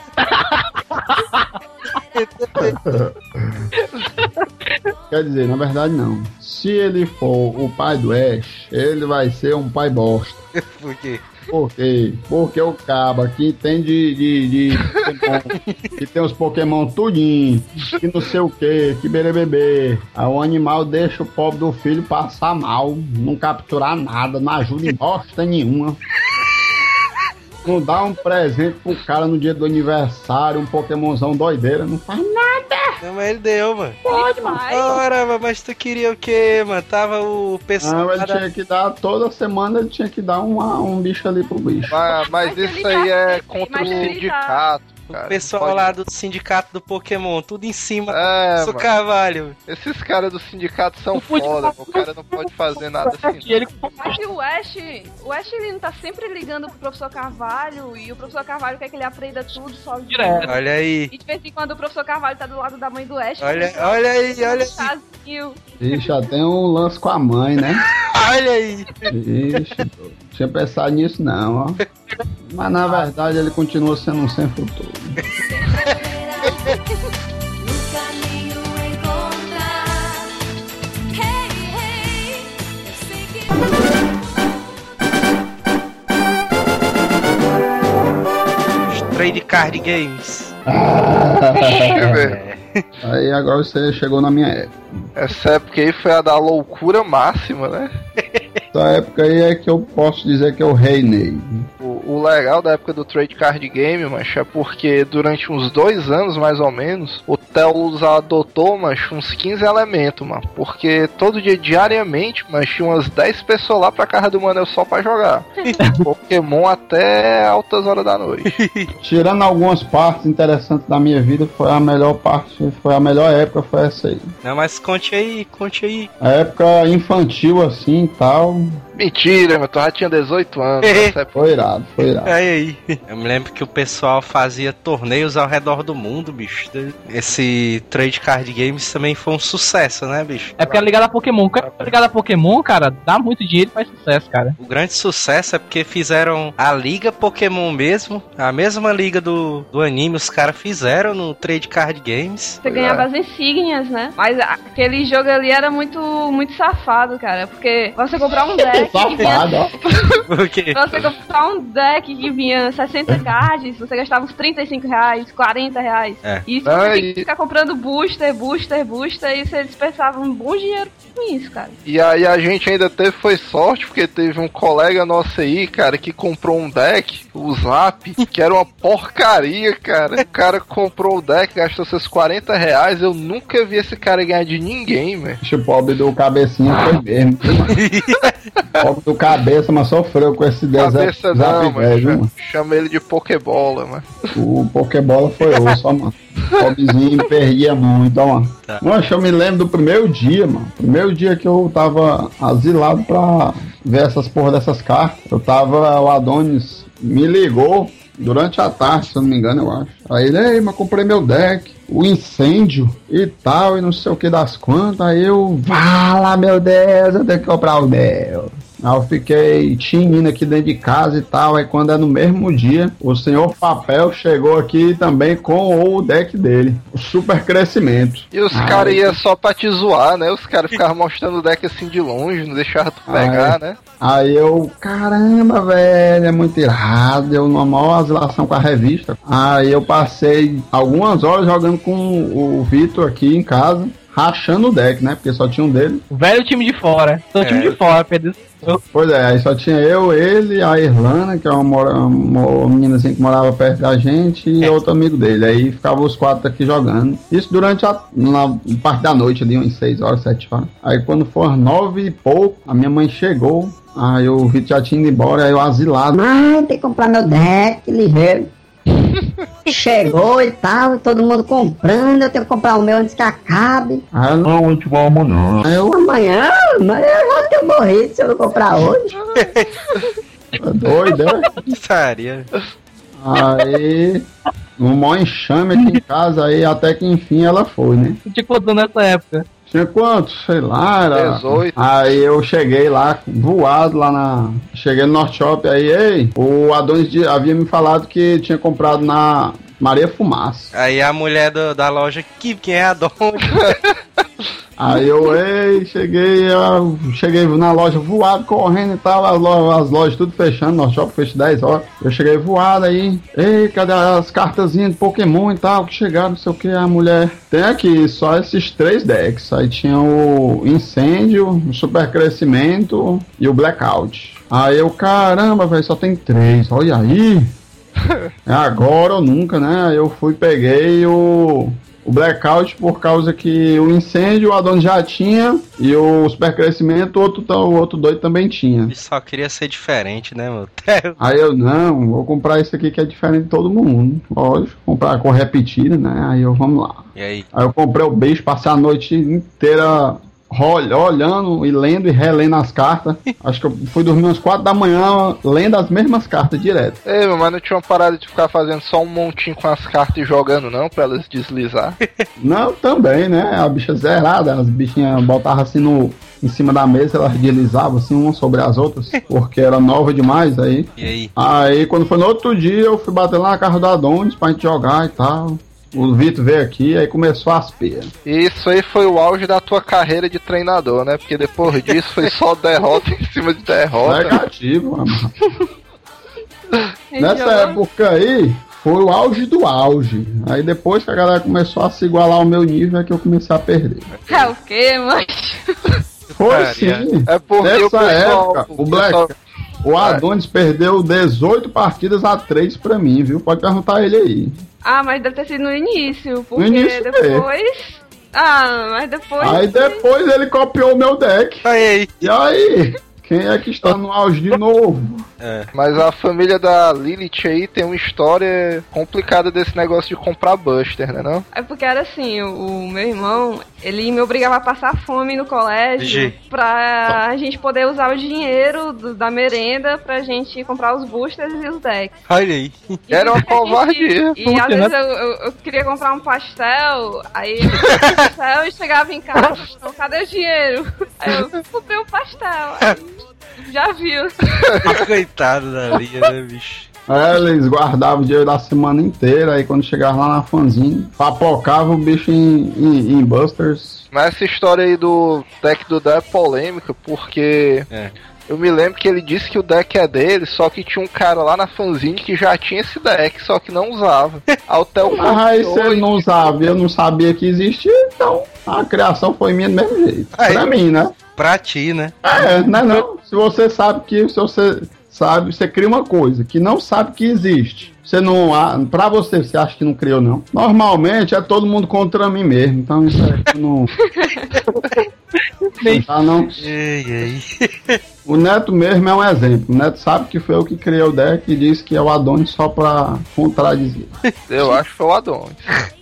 Quer dizer, na verdade não. Se ele for o pai do Ash, ele vai ser um pai bosta. Por quê? Por quê? Porque o caba que tem de Pokémon, que tem os Pokémon tudinho, que não sei o que berebebê. Aí o animal deixa o pobre do filho passar mal, não capturar nada, não ajuda em bosta nenhuma. Não dá um presente pro cara no dia do aniversário, um Pokémonzão doideira, não faz nada. Não, mas ele deu, mano. Pode, mas. Ora, mas tu queria o quê, mano? Tava o pessoal... Não, ele tinha que dar, toda semana ele tinha que dar um bicho ali pro bicho. Mas isso aí é contra o sindicato. O pessoal lá do sindicato do Pokémon, tudo em cima do Carvalho. Esses caras do sindicato são foda, o cara não pode fazer nada assim. Mas o Ash ele não tá sempre ligando pro professor Carvalho e o professor Carvalho quer que ele aprenda tudo sozinho. Direto. Olha aí. E de vez em quando o professor Carvalho tá do lado da mãe do Ash. Olha aí. Ixi, já tem um lance com a mãe, né? Olha aí. Ixi, não tinha pensado nisso não, ó. Mas na verdade ele continua sendo um sem futuro. No caminho encontrar. Hey, hey, eu sei que. Trade Card Games. Aí agora você chegou na minha época. Essa época aí foi a da loucura máxima, né? Essa época aí é que eu posso dizer que eu reinei. O legal da época do Trade Card Game, macho, é porque durante uns 2 anos, mais ou menos, o Telos adotou, macho, uns 15 elementos, mano. Porque todo dia, diariamente, macho, tinha umas 10 pessoas lá pra casa do Manel só pra jogar. Pokémon até altas horas da noite. Tirando algumas partes interessantes da minha vida, foi a melhor parte, foi a melhor época, foi essa aí. Não, mas conte aí. A época infantil assim e tal. Mentira, meu, tu já tinha 18 anos. Foi irado. Aí. Eu me lembro que o pessoal fazia torneios ao redor do mundo, bicho. Esse Trade Card Games também foi um sucesso, né, bicho? É porque é ligado a Pokémon. É ligado a Pokémon, cara, dá muito dinheiro e faz sucesso, cara. O grande sucesso é porque fizeram a Liga Pokémon mesmo, a mesma liga do anime, os caras fizeram no Trade Card Games. Você ganhava as insígnias, né? Mas aquele jogo ali era muito safado, cara, porque você comprar um deck... Safado, ó. Por quê? Você comprar um deck que vinha 60 cards, você gastava uns R$35, R$40. É. E isso você tinha que ficar comprando booster, e você dispersava um bom dinheiro com isso, cara. E aí a gente ainda foi sorte, porque teve um colega nosso aí, cara, que comprou um deck, o Zap, que era uma porcaria, cara. O cara comprou o deck, gastou seus R$40, eu nunca vi esse cara ganhar de ninguém, velho. O pobre do cabecinha foi mesmo. O pobre do cabeça, mas sofreu com esse cabeça não, velho. Chama ele de Pokébola, mano. O Pokébola foi osso, ó, mano. O pobrezinho perdia muito, ó, mano. Tá. Nossa, eu me lembro do primeiro dia, mano. Primeiro dia que eu tava asilado pra ver essas porra dessas cartas. O Adonis me ligou durante a tarde, se eu não me engano, eu acho. Aí ele, ei, mas comprei meu deck, o incêndio e tal, e não sei o que das quantas. Aí eu, fala, meu Deus, eu tenho que comprar o meu. Aí eu fiquei tinindo aqui dentro de casa e tal. Aí quando é no mesmo dia, o senhor Papel chegou aqui também com o deck dele, o Super Crescimento. E os caras iam só pra te zoar, né? Os caras ficavam mostrando o deck assim de longe, não deixavam tu pegar, né? Aí eu, caramba, velho, é muito irado. Eu numa maior asilação com a revista. Aí eu passei algumas horas jogando com o Vitor aqui em casa, rachando o deck, né? Porque só tinha um dele. O velho time de fora. Só time de fora, Pedro. Pois é, aí só tinha eu, ele, a Irlana, que é uma meninazinha que morava perto da gente, e outro amigo dele. Aí ficavam os 4 aqui jogando. Isso durante na parte da noite ali, umas 6 horas, 7 horas. Aí quando for 9 e pouco, a minha mãe chegou. Aí o Vitor já tinha ido embora, aí eu asilado. Mãe, tem que comprar meu deck, ligeiro. Chegou e tal, todo mundo comprando, eu tenho que comprar o meu antes que acabe. Ah, não, a gente vai amanhã. Aí eu, amanhã? Mas eu já tenho morrido se eu não comprar hoje. É doido, é? Sério. Aí, um maior enxame aqui em casa, aí até que enfim ela foi, né? Você tinha quanto nessa época? Tinha quanto? Sei lá, era... 18. Aí eu cheguei lá, voado lá Cheguei no North Shop, aí, ei, o Adonis havia me falado que tinha comprado na Maria Fumaça. Aí a mulher da loja, quem é a dona? Aí eu, cheguei na loja voado, correndo e tal, as lojas tudo fechando, nosso shopping fecha 10 horas. Eu cheguei voado aí, ei, cadê as cartazinhas de Pokémon e tal, que chegaram, não sei o que, a mulher... Tem aqui só esses 3 decks, aí tinha o Incêndio, o Super Crescimento e o Blackout. Aí eu, caramba, velho, só tem 3, olha aí. É agora ou nunca, né? Aí eu peguei o Blackout por causa que o Incêndio o Adonis já tinha e o Super Crescimento o outro doido também tinha. Ele só queria ser diferente, né, meu? Aí eu, não, vou comprar isso aqui que é diferente de todo mundo. Lógico, comprar a cor repetida, né? Aí eu, vamos lá. E aí? Aí eu comprei o beijo, passei a noite inteira olhando e lendo e relendo as cartas. Acho que eu fui dormir umas 4 da manhã lendo as mesmas cartas direto. Ei, mas não tinha uma parada de ficar fazendo só um montinho com as cartas e jogando não, pra elas deslizar? Não, também, né? A bicha zerada, as bichinhas botavam assim em cima da mesa, elas deslizavam assim uma sobre as outras, porque era nova demais aí. E aí? Aí quando foi no outro dia eu fui bater lá na casa do Adonis pra gente jogar e tal. O Vitor veio aqui, aí começou as peias. Isso aí foi o auge da tua carreira de treinador, né? Porque depois disso foi só derrota em cima de derrota. Negativo, mano. Nessa época aí, foi o auge do auge. Aí depois que a galera começou a se igualar ao meu nível, é que eu comecei a perder. É o quê, macho? Foi sim. É porque nessa época, o Adonis perdeu 18 partidas a 3 pra mim, viu? Pode perguntar ele aí. Ah, mas deve ter sido no início, porque no início depois... mas depois... Aí depois ele copiou o meu deck. Aí. E aí? Quem é que está no auge de novo? Mas a família da Lilith aí tem uma história complicada desse negócio de comprar Buster, né não? É porque era assim, o meu irmão, ele me obrigava a passar fome no colégio pra gente poder usar o dinheiro da merenda pra gente comprar os boosters e os decks. Olha aí. Era uma covardia. E às vezes eu queria comprar um pastel, aí eu comprei um pastel e chegava em casa, então, cadê o dinheiro? Aí eu comprei um pastel. Aí, já viu. Coitado da linha, né, bicho? Eles guardavam o dinheiro da semana inteira, aí quando chegava lá na fanzine, papocava o bicho em busters. Mas essa história aí do deck do Dé é polêmica, porque eu me lembro que ele disse que o deck é dele, só que tinha um cara lá na fanzine que já tinha esse deck, só que não usava. Mas se ele não usava, eu não sabia que existia, então a criação foi minha do mesmo jeito. Pra mim, né? Pra ti, né? Não. Se você sabe que, se você sabe, você cria uma coisa que não sabe que existe. Você não, pra você acha que não criou, não. Normalmente é todo mundo contra mim mesmo, então isso aí não... não. O Neto mesmo é um exemplo. O Neto sabe que foi eu que criei o deck e disse que é o Adonis só pra contradizer. Eu acho que foi o Adonis.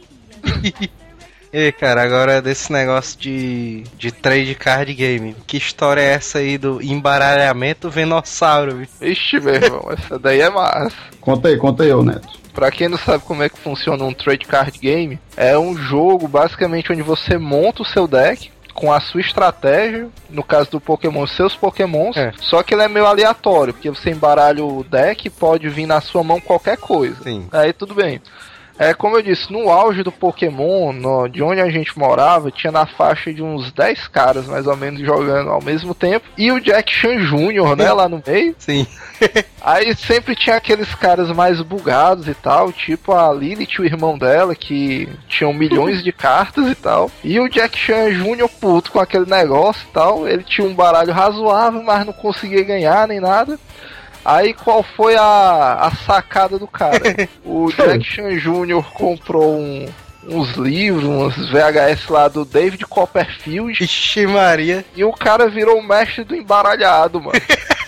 E cara, agora desse negócio de trade card game, que história é essa aí do embaralhamento venossauro? Ixi, meu irmão, essa daí é massa. Conta aí, ô Neto. Pra quem não sabe como é que funciona um trade card game, é um jogo basicamente onde você monta o seu deck com a sua estratégia, no caso do Pokémon, seus Pokémons, só que ele é meio aleatório, porque você embaralha o deck e pode vir na sua mão qualquer coisa. Sim. Aí tudo bem. Como eu disse, no auge do Pokémon, de onde a gente morava, tinha na faixa de uns 10 caras, mais ou menos, jogando ao mesmo tempo. E o Jack Chan Jr., né, lá no meio. Sim. Aí sempre tinha aqueles caras mais bugados e tal, tipo a Lilith, o irmão dela, que tinham milhões de cartas e tal. E o Jack Chan Jr. puto com aquele negócio e tal. Ele tinha um baralho razoável, mas não conseguia ganhar nem nada. Aí qual foi a sacada do cara? O Jack Chan Jr. comprou uns livros, uns VHS lá do David Copperfield. Ixi Maria. E o cara virou o mestre do embaralhado, mano.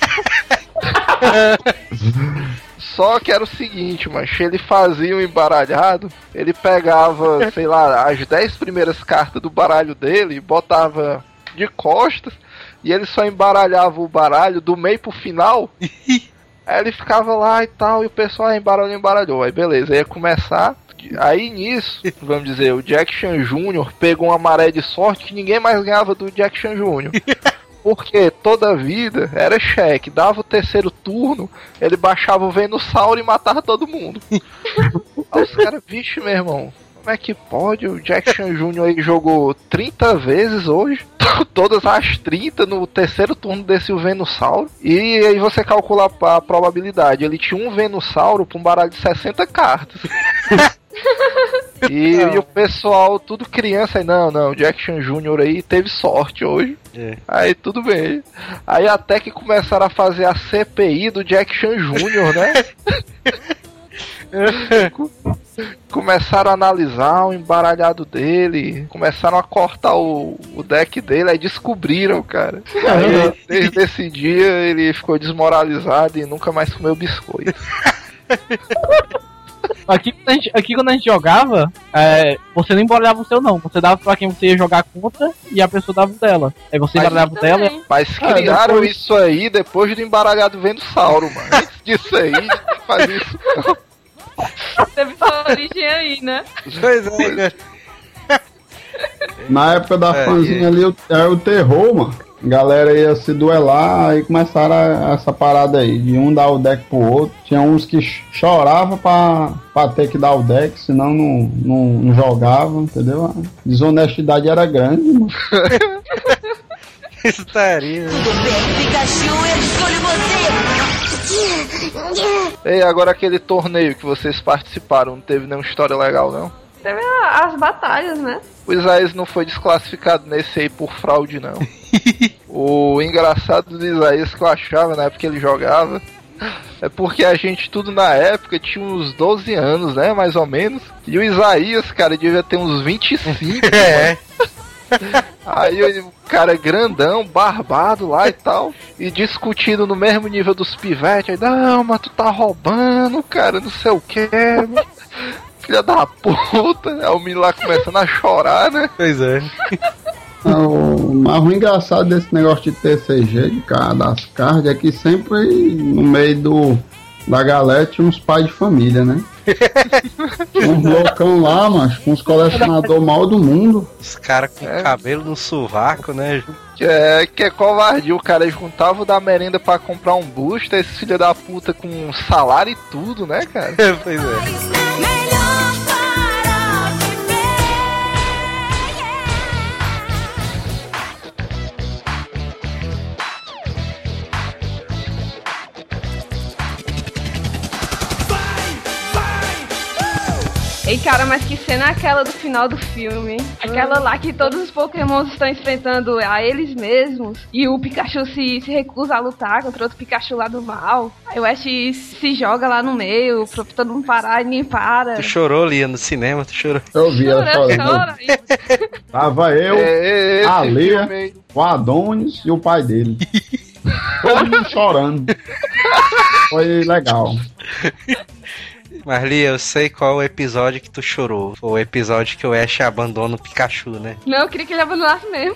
Só que era o seguinte, mancho, ele fazia um embaralhado, ele pegava, sei lá, as 10 primeiras cartas do baralho dele e botava de costas. E ele só embaralhava o baralho do meio pro final. Aí ele ficava lá e tal, e o pessoal embaralhou. Aí beleza, ia começar. Aí nisso, vamos dizer, o Jack Chan Jr. pegou uma maré de sorte que ninguém mais ganhava do Jack Chan Jr. Porque toda a vida era cheque. Dava o terceiro turno, ele baixava o Venusaur e matava todo mundo. Aí os caras, vixe, meu irmão, como é que pode? O Jack Chan Jr. aí jogou 30 vezes hoje. Todas as 30 no terceiro turno desse Venusaur. E aí você calcula a probabilidade. Ele tinha um Venusaur pra um baralho de 60 cartas. E o pessoal, tudo criança aí, não, o Jack Chan Jr. aí teve sorte hoje. Aí tudo bem. Aí até que começaram a fazer a CPI do Jack Chan Jr., né? Começaram a analisar o embaralhado dele, começaram a cortar o deck dele, aí descobriram, cara. Aí, desde esse dia ele ficou desmoralizado e nunca mais comeu biscoito. Aqui quando a gente jogava, você não embaralhava o seu não, você dava pra quem você ia jogar contra e a pessoa dava o dela. Aí você embaralhava o dela. Mas criaram depois... isso aí depois do embaralhado Venusaur, mano. Antes disso aí, ninguém fazia isso não. Teve sua origem aí, né? Pois é, cara. Na época da fanzinha ali, era o terror, mano. A galera ia se duelar, aí começaram essa parada aí, de um dar o deck pro outro. Tinha uns que choravam pra ter que dar o deck, senão não jogavam, entendeu? A desonestidade era grande, mano. Estaria. Super Pikachu, eu escolho você! Ei, agora aquele torneio que vocês participaram, não teve nenhuma história legal, não? Teve as batalhas, né? O Isaías não foi desclassificado nesse aí por fraude, não. O engraçado do Isaías que eu achava na época que ele jogava é porque a gente tudo na época tinha uns 12 anos, né, mais ou menos. E o Isaías, cara, devia ter uns 25. É. Aí o cara grandão, barbado lá e tal, e discutindo no mesmo nível dos pivetes. Aí, não, mas tu tá roubando, cara, não sei o que. Filha da puta. Aí o menino lá começando a chorar, né? Pois é. Mas o engraçado desse negócio de TCG, de das cards, é que sempre no meio da galera tinha uns pais de família, né? Uns loucão lá, mas com os colecionadores mal do mundo. Os caras com cabelo no sovaco, né? Que é covardia, o cara juntava o da merenda pra comprar um booster, esse filho da puta com salário e tudo, né, cara? Pois é. Ei, cara, mas que cena é aquela do final do filme, hein? Aquela lá que todos os Pokémons estão enfrentando a eles mesmos e o Pikachu se recusa a lutar contra outro Pikachu lá do mal. Aí o Ash se joga lá no meio pra todo mundo parar e ninguém para. Tu chorou, Lia, no cinema? Tu chorou? Eu vi ela chorando. Tava eu, a Lia, o Adonis e o pai dele. Todo mundo chorando. Foi legal. Marli, eu sei qual o episódio que tu chorou. Foi o episódio que o Ash abandona o Pikachu, né? Não, eu queria que ele abandonasse mesmo.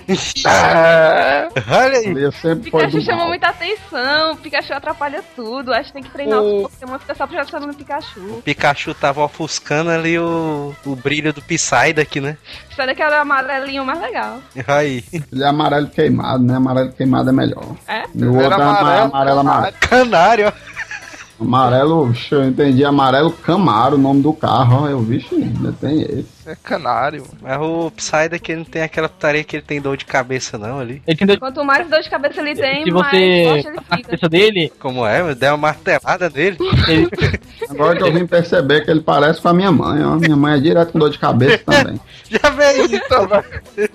Olha aí. O Pikachu chama muita atenção, o Pikachu atrapalha tudo. Acho que tem que treinar os Pokémon, fica só prestando no Pikachu. O Pikachu tava ofuscando ali o brilho do Psyduck, né? Psyduck era o amarelinho mais legal. Aí. Ele é amarelo queimado, né? Amarelo queimado é melhor. É? E o outro é amarelo. Canário, ó. Amarelo, eu entendi, amarelo Camaro, o nome do carro, ó, eu vi, ainda tem esse. É canário. Mas o Psyduck não tem aquela putaria que ele tem dor de cabeça não ali. Quanto mais dor de cabeça ele tem, se mais você forte ele a fica. cabeça dele... Como é? Der uma martelada nele. Agora que eu vim perceber que ele parece com a minha mãe, ó. Minha mãe é direto com dor de cabeça também. Já veio isso,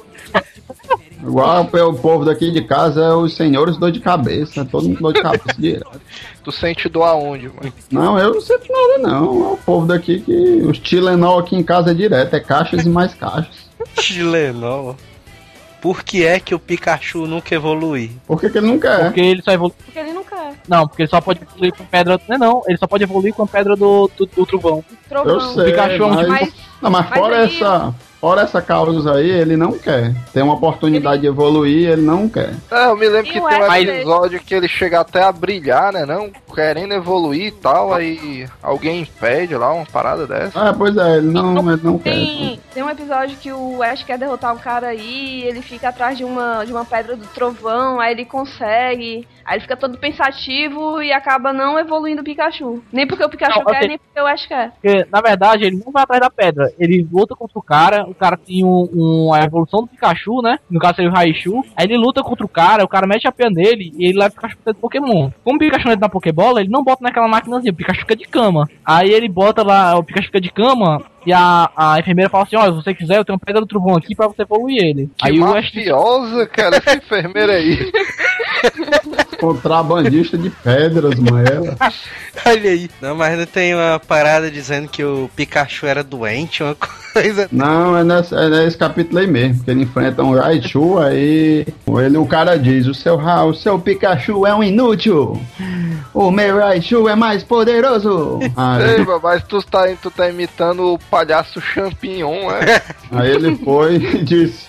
Igual o povo daqui de casa é os senhores dor de cabeça, todo mundo com dor de cabeça direto. Tu sente dor aonde, mano? Não, eu não sinto nada não, é o povo daqui que os Tilenol aqui em casa é direto, é caixas e mais caixas. Tilenol? Por que é que o Pikachu nunca evolui? Por que ele não quer? Porque ele só evolui. Porque ele não quer. Não, porque ele só pode evoluir com pedra. Não, ele só pode evoluir com a pedra do trovão. Eu sei, o Pikachu mas fora essa causa aí, ele não quer. Tem uma oportunidade de evoluir, ele não quer. Eu me lembro que tem um episódio que ele chega até a brilhar, né? Não querendo evoluir e tal, aí alguém impede lá uma parada dessa. Pois é, ele não quer. Tem um episódio que o Ash quer derrotar um cara aí, ele fica atrás de uma pedra do trovão, aí ele consegue, aí ele fica todo pensativo e acaba não evoluindo o Pikachu. Nem porque o Pikachu quer, nem porque o Ash quer. Porque, na verdade, ele não vai atrás da pedra, ele luta contra o cara tem a evolução do Pikachu, né? No caso seria o Raichu. Aí ele luta contra o cara mete a pena nele e ele leva o Pikachu pra dentro do Pokémon. Como o Pikachu entra na Pokébola, ele não bota naquela maquinazinha, o Pikachu fica de cama. Aí ele bota lá, o Pikachu fica de cama e a enfermeira fala assim, ó, se você quiser, eu tenho uma pedra do trovão aqui pra você evoluir ele. Que aí mafiosa, cara, essa enfermeira aí. Contrabandista de pedras, mano. Olha aí. Não, mas não tem uma parada dizendo que o Pikachu era doente, uma coisa... Não, é nesse capítulo aí mesmo, que ele enfrenta um Raichu, aí o cara diz, o seu Pikachu é um inútil, o meu Raichu é mais poderoso. Ei, mas tu tá imitando o palhaço champignon, é? Aí ele foi e disse,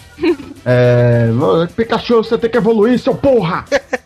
Pikachu, você tem que evoluir, seu porra!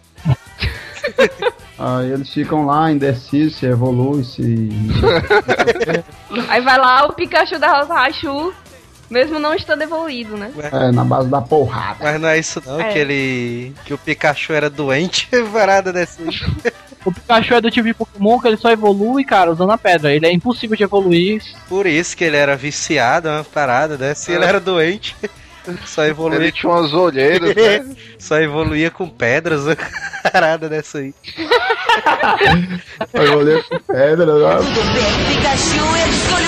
Aí eles ficam lá indecisos, se evolui, se... Aí vai lá o Pikachu da Raichu, mesmo não estando evoluído, né? Na base da porrada. Mas não é isso não, que o Pikachu era doente, parada dessa. O Pikachu é do tipo de Pokémon que ele só evolui, cara, usando a pedra. Ele é impossível de evoluir. Por isso que ele era viciado, uma parada dessa, ele era doente. Só evoluía. Ele tinha umas olheiras, né? Só evoluía com pedras, uma parada dessa aí. Eu olhei com pedra, né? Pikachu, eu escolho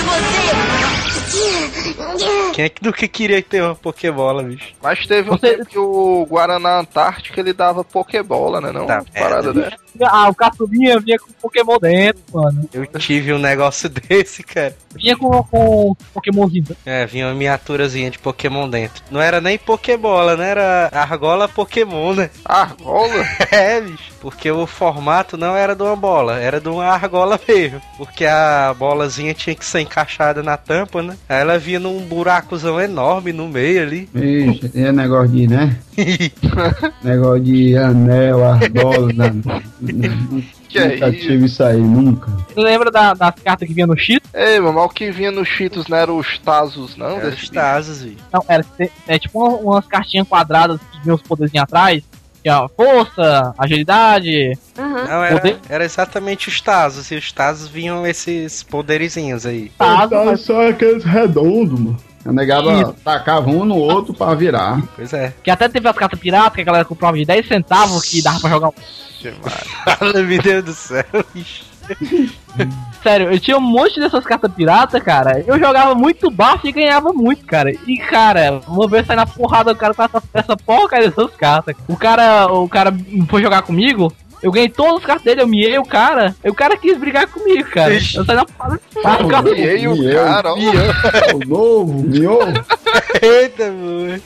você! Quem é que nunca queria ter uma Pokébola, bicho? Mas teve um tempo que o Guaraná Antártica ele dava Pokébola, né? Não? Tá, Parada dessa. Ah, o Caçulinha vinha com Pokémon dentro, mano. Eu tive um negócio desse, cara. Vinha com Pokémonzinho. Vinha uma miniaturazinha de Pokémon dentro. Não era nem Pokébola, né? Era argola Pokémon, né? Argola? Bicho. Porque o formato não era de uma bola, era de uma argola mesmo. Porque a bolazinha tinha que ser encaixada na tampa, né? Aí ela vinha num buracozão enorme no meio ali. Ixi, é negócio de, né? Negócio de anel, argola, Que é nunca isso? tive isso aí, nunca. Você lembra das cartas que vinha no Cheetos? Ei, mamãe, o que vinha nos Cheetos não era os Tazos, não? Era Desse os Tazos, viu? Não, era tipo umas cartinhas quadradas que vinham os poderzinhos atrás. Que é força, agilidade. Aham. Não, era exatamente os Tazos. E os Tazos vinham esses poderizinhos aí. Tazo, Só aqueles redondos, mano. Eu negava, tacava um no outro pra virar. Pois é. que até teve as cartas piratas que a galera comprava de 10 centavos que dava pra jogar. Fala, meu Deus do céu, bicho. Sério, eu tinha um monte dessas cartas piratas, cara. Eu jogava muito baixo e ganhava muito, cara. E, cara, uma vez saí na porrada do cara com essa porcaria dessas cartas. O cara foi jogar comigo. Eu ganhei todas as cartas dele, eu miei o cara. E o cara quis brigar comigo, cara. Eu saí na porrada. Miei o cara, ó. O novo, miou. Eita, mano.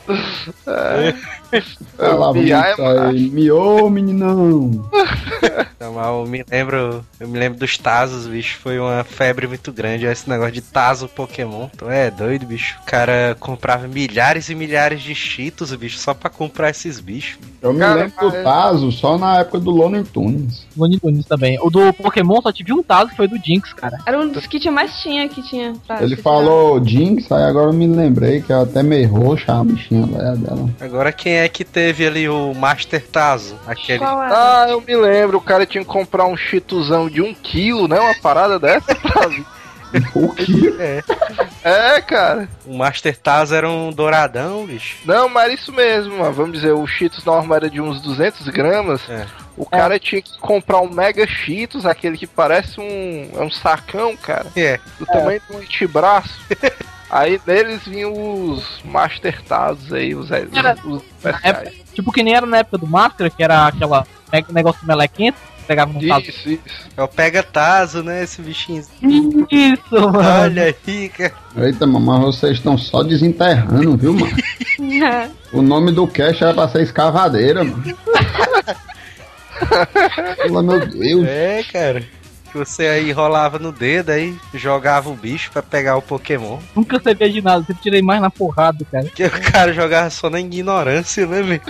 Falava muito isso aí. Miou, meninão. Não, mas eu me lembro dos Tazos, bicho. Foi uma febre muito grande. Esse negócio de Tazo Pokémon. Tu é doido, bicho. O cara comprava milhares e milhares de Cheetos, bicho, só pra comprar esses bichos. Eu me lembro do Tazo só na época do Looney Tunes. Looney Tunes também. O do Pokémon só tive um Tazo, que foi do Jinx, cara. Era um dos que tinha mais tinha. Ele falou Jinx, aí agora eu me lembrei que ela até meio roxa a bichinha dela. Agora quem é que teve ali o Master Tazo? Aquele. Qual era? Ah, eu me lembro, o cara tinha que comprar um cheetosão de 1 quilo, né? Uma parada dessa. O que? É, cara. O Master Tazo era um douradão, bicho. Não, mas era isso mesmo, mano. Vamos dizer, o Cheetos normal era de uns 200 gramas. É. O cara tinha que comprar um Mega Cheetos, aquele que parece um sacão, cara. Do tamanho de um antebraço. Aí neles vinham os Master Tazos aí, os especiais. Tipo que nem era na época do Máscara, que era aquela negócio melequento. Pegava no Tazo. Isso. É o Pega Tazo, né? Esse bichinho. Isso, mano. Olha aí, cara. Eita, mamãe, vocês estão só desenterrando, viu, mano? O nome do cache era pra ser escavadeira, mano. Pelo meu Deus. É, cara. Que você aí enrolava no dedo, aí jogava o bicho pra pegar o Pokémon. Nunca sabia de nada, sempre tirei mais na porrada, cara. Que o cara jogava só na ignorância, né, velho?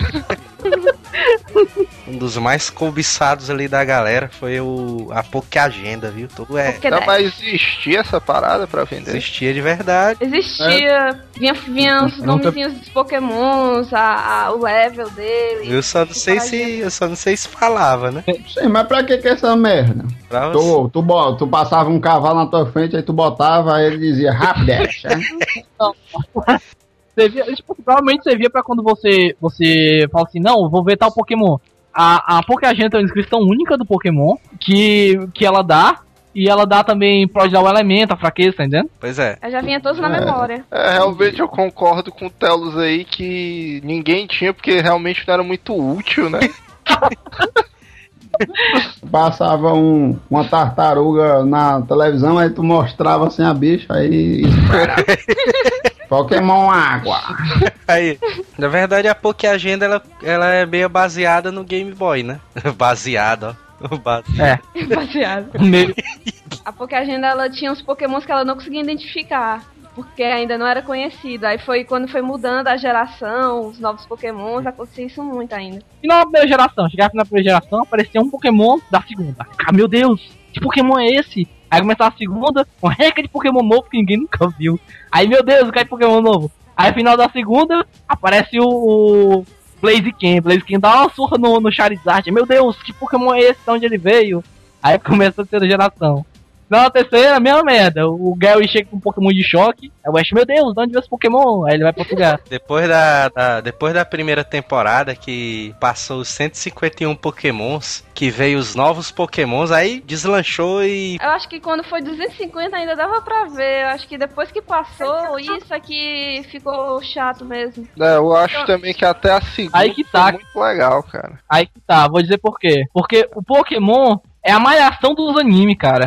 Um dos mais cobiçados ali da galera foi a Pokéagenda, viu? Tudo Não, mas existia essa parada pra vender? Existia de verdade. Existia. Vinha os nomezinhos dos pokémons, o level dele. Eu só não sei se falava, né? Sim, mas pra que essa merda? Tu passava um cavalo na tua frente, aí tu botava, aí ele dizia Rapidash, né? Provavelmente servia pra quando você fala assim, não, vou ver tal Pokémon. A Pokéagenda é uma inscrição única do Pokémon que ela dá. E ela dá também, pode dar o elemento, a fraqueza, tá entendendo? Pois é. Já vinha todos na memória. Realmente eu concordo com o Telos aí que ninguém tinha, porque realmente não era muito útil, né? Passava uma tartaruga na televisão, aí tu mostrava assim a bicha, aí... Pokémon Água. Aí, na verdade a Pokéagenda ela é meio baseada no Game Boy, né? Baseada, ó. Baseado. A Pokéagenda ela tinha uns Pokémons que ela não conseguia identificar, porque ainda não era conhecido. Aí foi quando foi mudando a geração, os novos Pokémons, acontecia isso muito ainda. E na primeira geração, chegava na primeira geração, aparecia um Pokémon da segunda. Ah, meu Deus, que Pokémon é esse? Aí começava a segunda, uma reca de Pokémon novo que ninguém nunca viu. Aí, meu Deus, cai Pokémon novo. Aí, final da segunda, aparece o Blaziken. Blaziken dá uma surra no Charizard. Meu Deus, que Pokémon é esse? De onde ele veio? Aí começa a terceira geração. Na terceira, a mesma merda. O Gary chega com um Pokémon de choque. Aí o Ash, meu Deus, de onde veio esse Pokémon? Aí ele vai pra outro lugar. Depois da primeira temporada, que passou os 151 Pokémons, que veio os novos Pokémons, aí deslanchou e... Eu acho que quando foi 250 ainda dava pra ver. Eu acho que depois que passou, isso aqui ficou chato mesmo. Eu acho também que até a segunda aí que tá. foi muito legal, cara. Aí que tá, vou dizer por quê. Porque o Pokémon é a malhação dos animes, cara.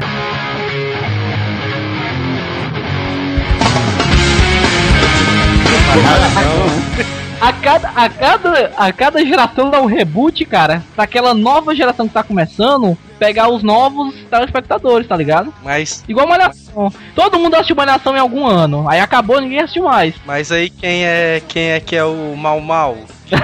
A cada geração dá um reboot, cara, pra aquela nova geração que tá começando pegar os novos telespectadores, tá ligado? Mas... Igual Malhação. Todo mundo assistiu Malhação em algum ano. Aí acabou, ninguém assistiu mais. Mas aí quem é que é o Mal?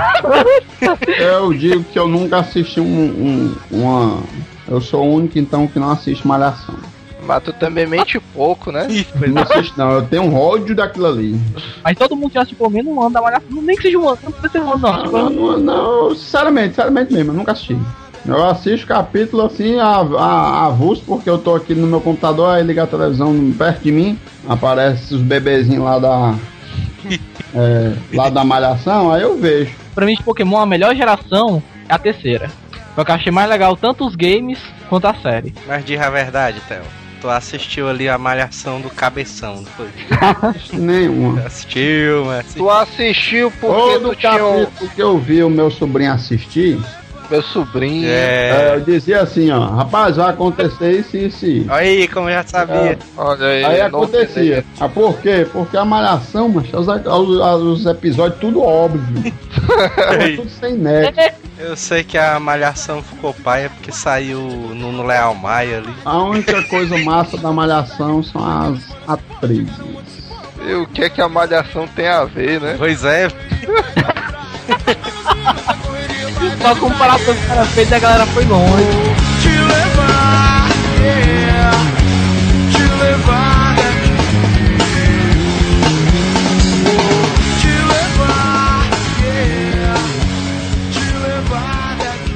Eu digo que eu nunca assisti uma... Eu sou o único, então, que não assiste Malhação. Mas tu também mente pouco, né? Não assisto, não. Eu tenho um ódio daquilo ali. Mas todo mundo já assistiu pelo menos um ano da Malhação. Nem que seja um ano, não precisa ser um ano, não. Sinceramente mesmo, eu nunca assisti. Eu assisto capítulo assim, avulso, porque eu tô aqui no meu computador, aí liga a televisão perto de mim, aparece os bebezinhos lá da Malhação, aí eu vejo. Pra mim, de Pokémon, a melhor geração é a terceira. Porque eu achei mais legal tanto os games quanto a série. Mas diz a verdade, Theo. Tu assistiu ali a Malhação do Cabeção, não foi? Nenhuma. Assistiu, mas... Tu assistiu porque todo tu tinha... capítulo que eu vi o meu sobrinho assistir... Meu sobrinho... eu dizia assim, ó, rapaz, vai acontecer isso e isso. Olha aí, como eu já sabia. Olha aí acontecia. Por quê? Porque a Malhação, macho, os episódios tudo óbvio. Tudo sem nexo. Eu sei que a Malhação ficou paia porque saiu no Leal Maia ali. A única coisa massa da Malhação são as atrizes. E o que é que a Malhação tem a ver, né? Pois é. Só comparar com o cara fez, a galera foi longe. Te levar, te levar daqui. Te levar, te levar daqui.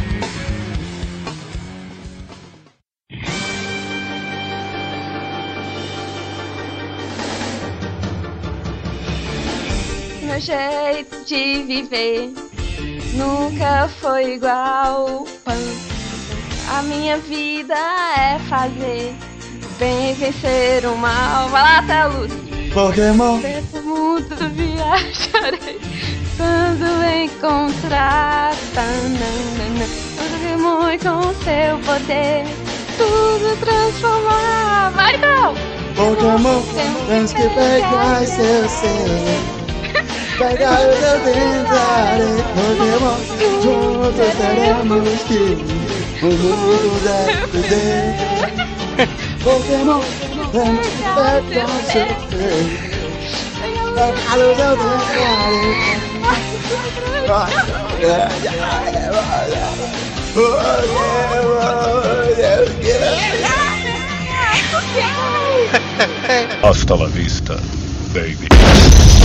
Meu jeito de viver nunca foi igual. A minha vida é fazer bem vencer o mal. Vai lá, até a luz. Pokémon. Pelo mundo viajarei quando encontrar Pokémon com seu poder tudo transformar. Vai, então! Pokémon, temos que pegar seu ser. Pegar o seu dentário, Pokémon, juntos teremos que o mundo deve viver. Pokémon, temos que pegar o seu ser. Pegar o seu Hasta la vista, baby.